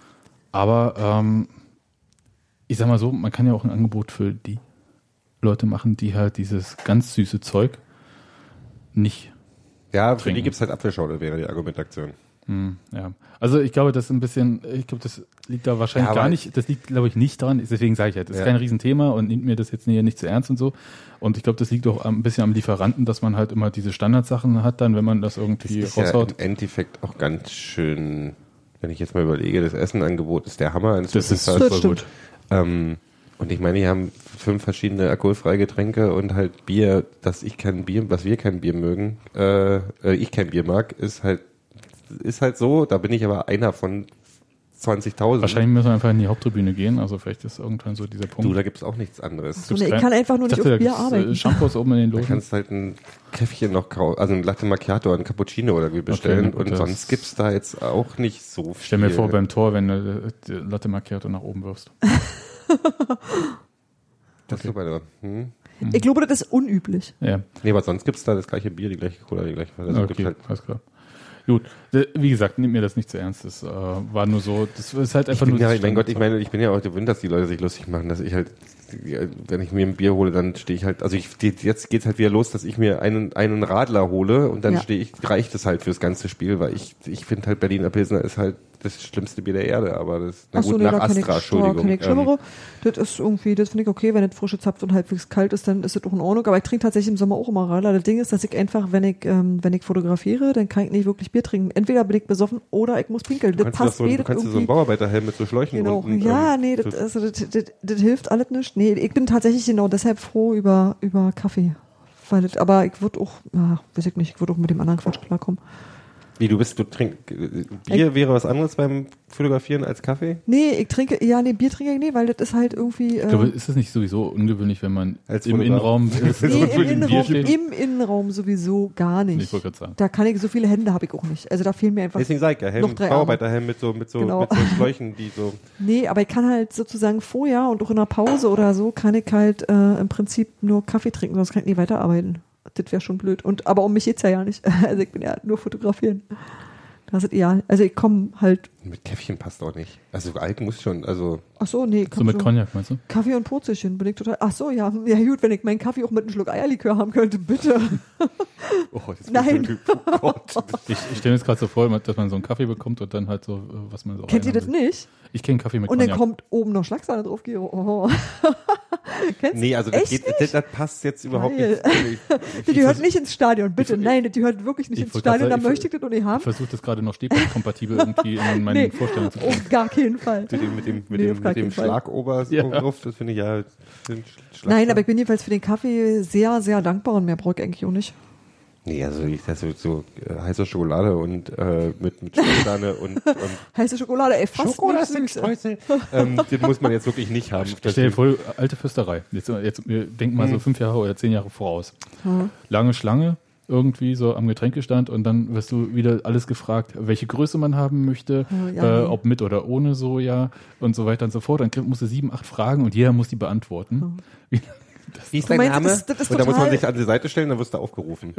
Aber ich sag mal so, man kann ja auch ein Angebot für die Leute machen, die halt dieses ganz süße Zeug nicht Ja, für trinken. die gibt es halt Apfelschorle, wäre die Argumentation. Ja, also ich glaube, das liegt da wahrscheinlich gar nicht, das liegt, glaube ich, nicht dran, deswegen sage ich halt, das ist kein Riesenthema und nimmt mir das jetzt nicht zu ernst und so. Und ich glaube, das liegt auch ein bisschen am Lieferanten, dass man halt immer diese Standardsachen hat dann, wenn man das irgendwie raushaut. Ja im Endeffekt auch ganz schön, wenn ich jetzt mal überlege, das Essenangebot ist der Hammer. Das ist super gut. Und ich meine, die haben 5 verschiedene alkoholfreie Getränke und halt Bier, was wir kein Bier mögen, ich kein Bier mag, ist halt so, da bin ich aber einer von 20.000. Wahrscheinlich müssen wir einfach in die Haupttribüne gehen, also vielleicht ist irgendwann so dieser Punkt. Du, da gibt's auch nichts anderes. So, ich kann einfach nur nicht auf Bier arbeiten. Shampoos oben in den Da Logen. kannst halt ein Käffchen noch kaufen, also ein Latte Macchiato oder ein Cappuccino oder wie bestellen Okay, und sonst gibt's da jetzt auch nicht so viel. Stell mir vor, beim Tor, wenn du die Latte Macchiato nach oben wirfst. Das ist super. Ich glaube, das ist unüblich. Ja. Nee, aber sonst gibt's da das gleiche Bier, die gleiche Cola, die gleiche. Also Okay, alles klar. Gut, wie gesagt, nehmt mir das nicht zu ernst. Das war nur so, das ist halt einfach nur... Ich bin ja auch gewöhnt, dass die Leute sich lustig machen, dass ich halt, wenn ich mir ein Bier hole, dann stehe ich halt, jetzt geht's halt wieder los, dass ich mir einen Radler hole und dann reicht es halt fürs ganze Spiel, weil ich finde halt Berliner Pilsner ist halt das schlimmste Bier der Erde, aber das nach Astra, Entschuldigung. Das ist irgendwie, das finde ich okay, wenn es frische zapft und halbwegs kalt ist, dann ist es auch in Ordnung, aber ich trinke tatsächlich im Sommer auch immer Radler. Das Ding ist, dass ich einfach, wenn ich fotografiere, dann kann ich nicht wirklich Bier trinken. Entweder bin ich besoffen oder ich muss pinkeln. Das passt du kannst so einen Bauarbeiterhelm mit so Schläuchen genau. unten. Ja, nee, das hilft alles nicht. Nee, ich bin tatsächlich genau deshalb froh über Kaffee. Aber ich würde auch, weiß ich nicht, ich würde auch mit dem anderen Quatsch klarkommen. Wie, du trinkst, Bier wäre was anderes beim Fotografieren als Kaffee? Nee, Bier trinke ich nicht, weil das ist halt irgendwie... Ich glaube, ist es nicht sowieso ungewöhnlich, wenn man als im Innenraum ist? Nee, steht? im Innenraum sowieso gar nicht. Ich wollte gerade sagen. Da kann ich, so viele Hände habe ich auch nicht. Also da fehlen mir einfach Deswegen sag ich ja, noch 3 Arme. Bauarbeiterhelm mit so Schläuchen, die so... Nee, aber ich kann halt sozusagen vorher und auch in der Pause oder so, kann ich halt im Prinzip nur Kaffee trinken, sonst kann ich nicht weiterarbeiten. Das wäre schon blöd. Aber um mich geht's ja nicht. Also ich bin ja nur fotografieren. Das ist ideal. Also ich komme halt... Mit Käffchen passt auch nicht. Also Alk muss schon, also... Ach so, nee. So mit Cognac, meinst du? Kaffee und Purzelchen bin ich total... Ach so, ja gut, wenn ich meinen Kaffee auch mit einem Schluck Eierlikör haben könnte, bitte. Oh, das Nein. Oh Gott. Ich stelle mir jetzt gerade so vor, dass man so einen Kaffee bekommt und dann halt so, was man so... Kennt ihr das nicht? Ich kenne Kaffee mit Und Cognac. dann kommt oben noch Schlagsahne drauf, Gero. Oh. Kennst Nee, also das, Echt das passt jetzt überhaupt Geil. nicht. Die gehört nicht ins Stadion, bitte. Nein, die gehört wirklich nicht ich ins wollte Stadion, da gerade sagen, möchte ich das doch nicht Ich haben. versuche das gerade noch stehplatzkompatibel irgendwie in meinen Vorstellungen zu kriegen. Auf gar keinen Fall. Mit dem Schlagober drauf, das finde ich ja... Nein, aber ich bin jedenfalls für den Kaffee sehr, sehr dankbar und mehr brauche ich eigentlich auch nicht. Nee, also das wird so heiße Schokolade und mit Schlagsahne und Heiße Schokolade, ey, fast nicht süß. Den muss man jetzt wirklich nicht haben. Stell dir vor, alte Fürsterei. Jetzt denk mal so 5 Jahre oder 10 Jahre voraus. Lange Schlange, irgendwie so am Getränkestand und dann wirst du wieder alles gefragt, welche Größe man haben möchte, ob mit oder ohne Soja und so weiter und so fort. Dann musst du 7, 8 Fragen und jeder muss die beantworten. Wie ist dein Name? Das ist und da muss man total- sich an die Seite stellen, dann wirst du aufgerufen.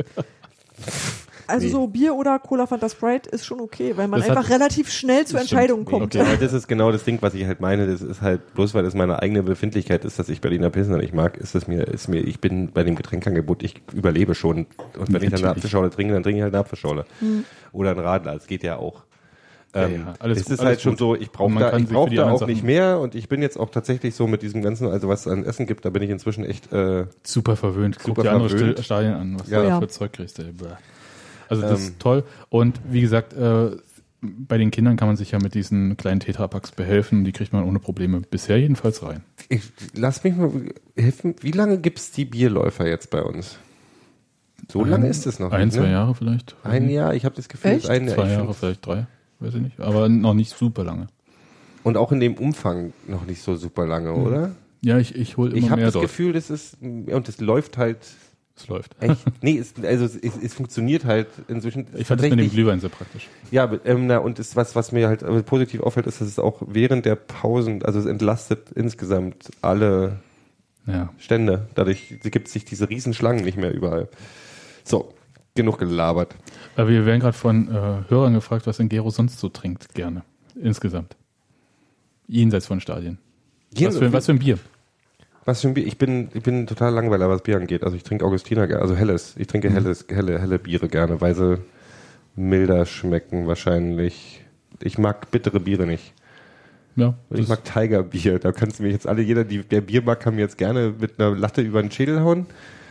Also Nee. so Bier oder Cola Fanta Sprite ist schon okay, weil man Das hat- einfach relativ schnell zu Das stimmt. Entscheidungen kommt. Okay, aber das ist genau das Ding, was ich halt meine. Das ist halt, bloß weil das meine eigene Befindlichkeit ist, dass ich Berliner Pilsner nicht mag, ich bin bei dem Getränkangebot, ich überlebe schon. Und wenn ich dann eine Apfelschorle trinke, dann trinke ich halt eine Apfelschorle. Oder ein Radler, das geht ja auch. alles es gut, ist alles halt schon gut. so, ich brauche Und man da, kann ich sich brauch für die da anderen auch Sachen- nicht mehr und ich bin jetzt auch tatsächlich so mit diesem ganzen, also was es an Essen gibt, da bin ich inzwischen echt, Super verwöhnt. Guck Super dir andere verwöhnt. Stadien an, was Ja. du da Ja. für Zeug kriegst. Ey. Bäh. Also das ist toll. Und wie gesagt, bei den Kindern kann man sich ja mit diesen kleinen Tetrapacks behelfen. Die kriegt man ohne Probleme bisher jedenfalls rein. lass mich mal helfen, wie lange gibt's die Bierläufer jetzt bei uns? So lange ist es noch Ein, nicht, 2 ne? Jahre vielleicht. Ein Jahr, ich habe das Gefühl, Echt? 1 Jahr. 2 Ich Jahre, find's- vielleicht 3. Weiß ich nicht. Aber noch nicht super lange. Und auch in dem Umfang noch nicht so super lange, oder? Ja, ich hole Ich immer habe mehr das dort. Gefühl, das ist, und es läuft halt Es läuft. echt. Nee, es funktioniert halt inzwischen. Ich fand das mit dem Glühwein sehr praktisch. Ja, und das, was mir halt positiv auffällt, ist, dass es auch während der Pausen, also es entlastet insgesamt alle Ja. Stände. Dadurch gibt es sich diese Riesenschlangen nicht mehr überall. So, genug gelabert. Aber wir werden gerade von Hörern gefragt, was denn Gero sonst so trinkt, gerne. Insgesamt. Jenseits von Stadien. Was für ein Bier? Was für ein Bier? Ich bin total Langweiler, was Bier angeht. Also ich trinke Augustiner gerne, also helles. Ich trinke helle Biere gerne, weil sie milder schmecken wahrscheinlich. Ich mag bittere Biere nicht. Ja, Ich mag Tigerbier. Da kannst du mir jetzt alle, der Bier mag, kann mir jetzt gerne mit einer Latte über den Schädel hauen.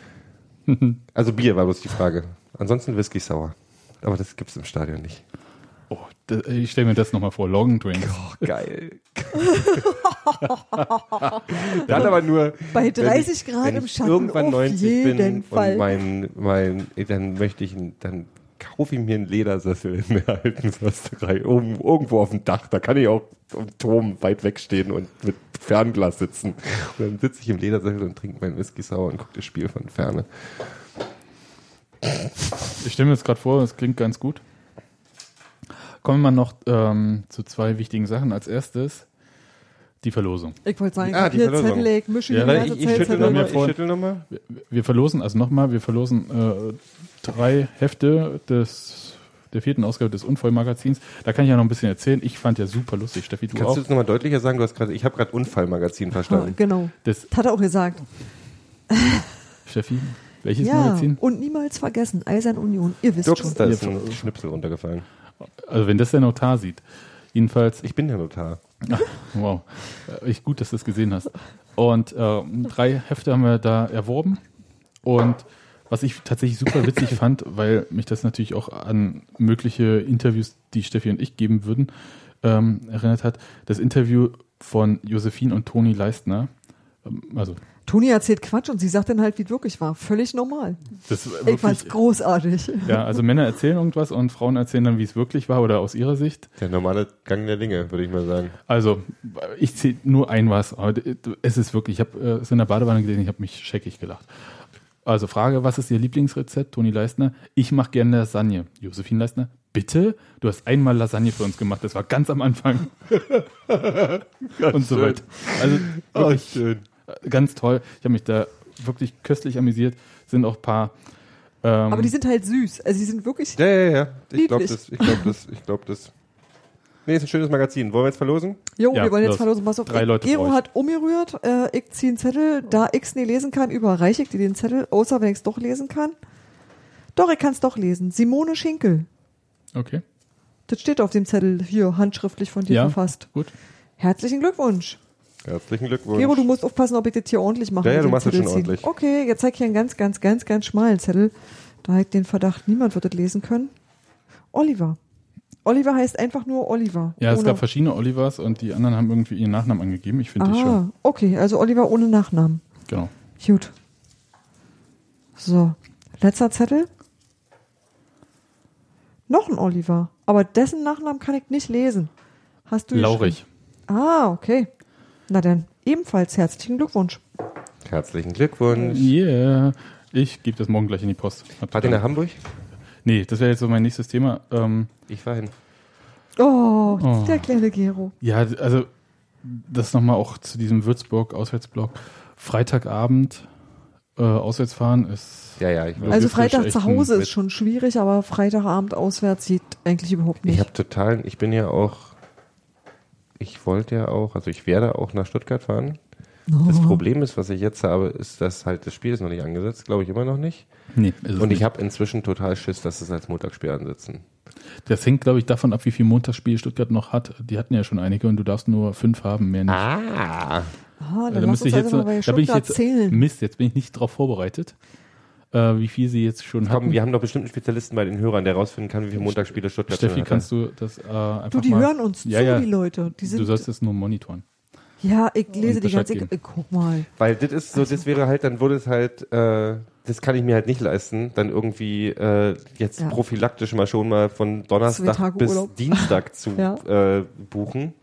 Also Bier war bloß die Frage. Ansonsten Whisky Sour. Aber das gibt's im Stadion nicht. ich stelle mir das nochmal vor. Long Drink. Oh, geil. Dann aber nur Bei 30 wenn Grad wenn im ich Schatten irgendwann auf 90 jeden bin Fall. und dann kaufe ich mir einen Ledersessel in der alten Försterei irgendwo auf dem Dach. Da kann ich auch am Turm weit wegstehen und mit Fernglas sitzen. Und dann sitze ich im Ledersessel und trinke meinen Whisky Sour und gucke das Spiel von Ferne. Ich stelle mir das gerade vor, das klingt ganz gut. Kommen wir noch zu 2 wichtigen Sachen. Als erstes die Verlosung. Ich wollte sagen, Ah, die hier Verlosung. Zettel, ich mische Ja, die weil ganze Ich Zeit schüttel Zettel. nochmal. Wir verlosen, also nochmal, 3 Hefte der 4. Ausgabe des Unfallmagazins. Da kann ich ja noch ein bisschen erzählen. Ich fand ja super lustig. Steffi, du Kannst auch? du das nochmal deutlicher sagen? Ich habe gerade Unfallmagazin Ah, verstanden. genau. Das, Das hat er auch gesagt. Steffi, welches Ja, Magazin? und niemals vergessen, Eisern Union. Ihr wisst schon. Dux, da ist ein Schnipsel runtergefallen. Also wenn das der Notar sieht. Jedenfalls, Ich bin der Notar. wow, gut, dass du es gesehen hast. Und 3 Hefte haben wir da erworben. Und was ich tatsächlich super witzig fand, weil mich das natürlich auch an mögliche Interviews, die Steffi und ich geben würden, erinnert hat, das Interview von Josephine und Toni Leistner. Also Toni erzählt Quatsch und sie sagt dann halt, wie es wirklich war. Völlig normal. Das ist Ich fand's wirklich, großartig. ja, also Männer erzählen irgendwas und Frauen erzählen dann, wie es wirklich war oder aus ihrer Sicht. Der normale Gang der Dinge, würde ich mal sagen. Also, ich zähle nur ein was. Aber es ist wirklich, ich habe es in der Badewanne gesehen, ich habe mich scheckig gelacht. Also Frage, was ist Ihr Lieblingsrezept? Toni Leistner, ich mache gerne Lasagne. Josephine Leistner, bitte? Du hast einmal Lasagne für uns gemacht, das war ganz am Anfang. Und so weiter. Also wirklich schön. ganz toll. Ich habe mich da wirklich köstlich amüsiert. Sind auch ein paar... Aber die sind halt süß. Also die sind wirklich... Ja. Ich glaube Niedlich. das. Nee, ist ein schönes Magazin. Wollen wir jetzt verlosen? Jo, Ja, wir wollen jetzt los. verlosen. Pass auf, 3 Leute Gero brauche ich. hat umgerührt. Ich ziehe einen Zettel. Da ich es nicht lesen kann, überreiche ich dir den Zettel. Außer wenn ich es doch lesen kann. Doch, ich kann es doch lesen. Simone Schinkel. Okay, Das steht auf dem Zettel hier, handschriftlich von dir ja, verfasst. gut. Herzlichen Glückwunsch. Herzlichen Glückwunsch. Gero, du musst aufpassen, ob ich das hier ordentlich mache. Ja, mit du dem machst das Zettel schon ziehen. ordentlich. Okay, jetzt zeig ich hier einen ganz schmalen Zettel. Da habe ich den Verdacht, niemand wird das lesen können. Oliver. Oliver heißt einfach nur Oliver. Ja, es Ohne- gab verschiedene Olivers und die anderen haben irgendwie ihren Nachnamen angegeben. Ich finde die schon. Okay, also Oliver ohne Nachnamen. Genau. Gut. So, letzter Zettel. Noch ein Oliver. Aber dessen Nachnamen kann ich nicht lesen. Hast du Laurig. geschrieben? Okay. Na dann, ebenfalls herzlichen Glückwunsch. Herzlichen Glückwunsch. Yeah. Ich gebe das morgen gleich in die Post. Fahrt ihr nach Hamburg? Nee, das wäre jetzt so mein nächstes Thema. Ich fahr hin. Oh, Oh. der kleine Gero. Ja, also das nochmal auch zu diesem Würzburg-Auswärtsblock. Freitagabend auswärts fahren ist... Ja, ich weiß. Also Logistisch Freitag echt zu Hause ein- ist schon schwierig, aber Freitagabend auswärts sieht eigentlich überhaupt nicht. Ich werde auch nach Stuttgart fahren. Das Problem ist, was ich jetzt habe, ist, dass halt das Spiel ist noch nicht angesetzt, glaube ich immer noch nicht. Nee, ist es Und ich nicht. habe inzwischen total Schiss, dass es als Montagsspiel ansetzen. Das hängt, glaube ich, davon ab, wie viel Montagsspiele Stuttgart noch hat. Die hatten ja schon einige und du darfst nur 5 haben, mehr nicht. Ah, Dann Da lass müsste uns ich jetzt, also mal bei da bin ich Stuttgart jetzt, zählen. Mist, jetzt bin ich nicht drauf vorbereitet, wie viel sie jetzt schon komm, haben. wir haben doch bestimmt einen Spezialisten bei den Hörern, der rausfinden kann, wie viele Montagsspiele Stuttgart Steffi, schon hatte. kannst du das einfach Du, die mal... hören uns Ja, zu, ja. die Leute. Die Du sind, sollst es nur monitoren. ja, ich lese und die Bescheid ganze... geben. Guck mal. Weil das ist so, das wäre halt, dann wurde es halt, das kann ich mir halt nicht leisten, dann irgendwie jetzt Ja. prophylaktisch schon mal von 2 Donnerstag Tage bis Urlaub. Dienstag zu Ja. buchen.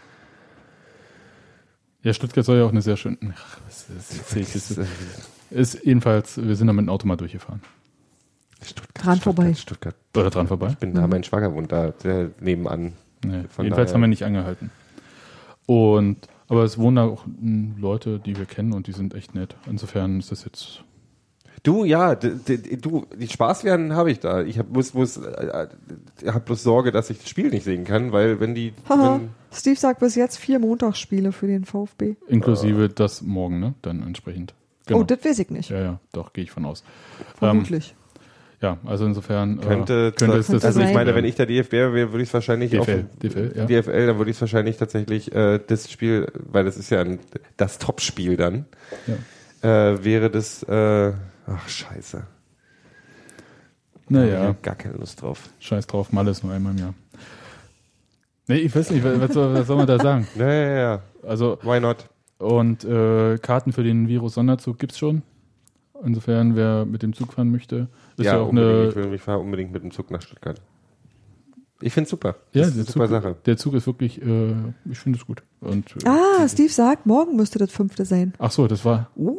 Ja, Stuttgart soll ja auch eine sehr schöne... Ach, was erzähl ich jetzt? Ist jedenfalls, wir sind da mit dem Auto mal durchgefahren. Dran vorbei. Stuttgart. Oder dran vorbei. Ich bin da, mein Schwager wohnt da nebenan. Nee, Von jedenfalls daher- haben wir nicht angehalten. Aber es wohnen da auch Leute, die wir kennen und die sind echt nett. Insofern ist das jetzt... Du, ja, die Spaßwerden habe ich da. Ich hab bloß Sorge, dass ich das Spiel nicht sehen kann, weil Haha. Steve sagt bis jetzt 4 Montagsspiele für den VfB. Inklusive das morgen, ne? Dann entsprechend. Genau. Oh, das weiß ich nicht. Ja, doch, gehe ich von aus. Vermutlich. Ja, also insofern könnte es könnte also ich sein. meine, wenn ich der DFB wäre, würde ich es wahrscheinlich DFL, ja. DFL, dann würde ich es wahrscheinlich tatsächlich das Spiel, weil das ist ja das Topspiel dann, wäre das ach scheiße. Ich Naja, habe gar keine Lust drauf. scheiß drauf, Malle ist nur einmal im Jahr. Nee, ich weiß nicht, was soll man da sagen? Ja. Also, Why not? und Karten für den Virus-Sonderzug gibt's schon. Insofern, wer mit dem Zug fahren möchte, ist ja auch unbedingt. Ich fahre unbedingt mit dem Zug nach Stuttgart. Ich finde es super. Ja, Das ist eine super Sache. Der Zug ist wirklich, ich finde es gut. Und, Steve sagt, morgen müsste das 5. sein. ach so, das war, Ui!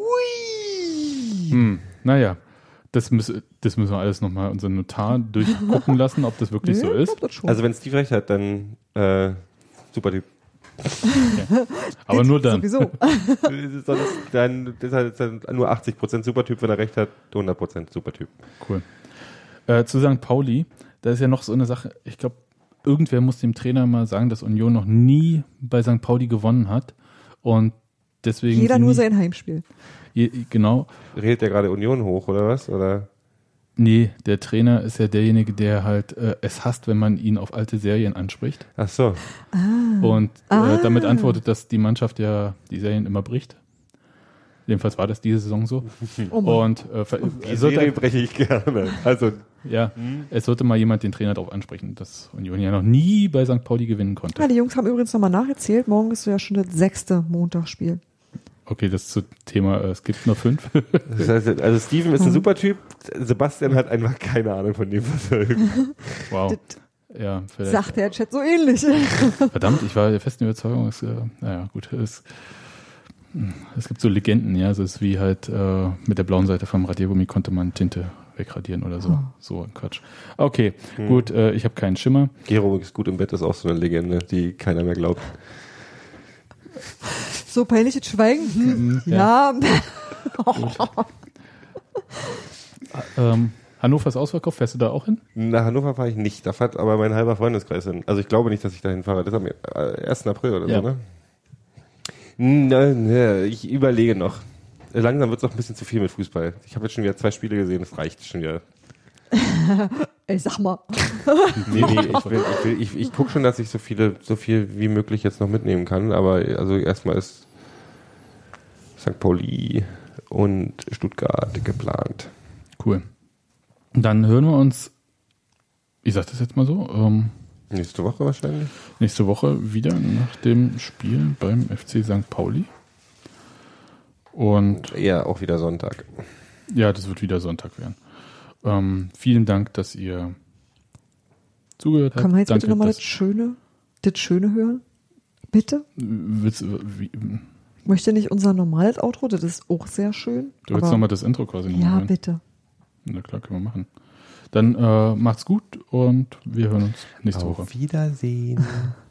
naja, das müssen wir alles nochmal unseren Notar durchgucken lassen, ob das wirklich so ich ist. glaub das schon. Also wenn Steve recht hat, dann super Typ. Aber nur dann. Sowieso. Das ist dann nur 80% Supertyp, wenn er recht hat, 100% Supertyp. Cool. Zu St. Pauli, da ist ja noch so eine Sache, ich glaube, irgendwer muss dem Trainer mal sagen, dass Union noch nie bei St. Pauli gewonnen hat und deswegen... Jeder sie nur nie- sein Heimspiel. Genau. Redet der gerade Union hoch, oder was? Oder? Nee, der Trainer ist ja derjenige, der halt es hasst, wenn man ihn auf alte Serien anspricht Ach so. und damit antwortet, dass die Mannschaft ja die Serien immer bricht. Jedenfalls war das diese Saison so. Oh Mann. Und Die Serie breche ich gerne. Also, es sollte mal jemand den Trainer darauf ansprechen, dass Union ja noch nie bei St. Pauli gewinnen konnte. Ja, die Jungs haben übrigens nochmal nachgezählt. Morgen ist ja schon das 6. Montagsspiel. Okay, das zum Thema, es gibt nur 5. Das heißt, also Steven ist ein super Typ, Sebastian hat einfach keine Ahnung von dem, was er Wow. Ja, vielleicht. Sagt der Chat so ähnlich. Verdammt, ich war der festen Überzeugung, naja, gut, es gibt so Legenden, ja, es ist wie halt mit der blauen Seite vom Radiergummi konnte man Tinte wegradieren oder so. So ein Quatsch. Okay, gut, ich habe keinen Schimmer. Gero ist gut im Bett, ist auch so eine Legende, die keiner mehr glaubt. So peinliches Schweigen. Ja. Hannover ist ausverkauft, fährst du da auch hin? Nach Hannover fahre ich nicht, da fährt aber mein halber Freundeskreis hin. Also ich glaube nicht, dass ich dahin fahre. Das ist am 1. April oder so, ne? Ich überlege noch. Langsam wird es auch ein bisschen zu viel mit Fußball. Ich habe jetzt schon wieder 2 Spiele gesehen, das reicht schon wieder. Ey, sag mal. Nee, ich gucke schon, dass ich so viel wie möglich jetzt noch mitnehmen kann, aber also erstmal ist St. Pauli und Stuttgart geplant. Cool. Dann hören wir uns, ich sag das jetzt mal so, Nächste Woche wahrscheinlich. nächste Woche wieder nach dem Spiel beim FC St. Pauli. Und Ja, auch wieder Sonntag. ja, das wird wieder Sonntag werden. Vielen Dank, dass ihr zugehört habt. Können wir jetzt Danke, bitte nochmal dass- das Schöne hören? Bitte? Möchte nicht unser normales Outro? Das ist auch sehr schön. Du willst nochmal das Intro quasi nochmal Ja, hören? bitte. Na klar, können wir machen. Dann macht's gut und wir hören uns nächste Woche. Auf Wiedersehen.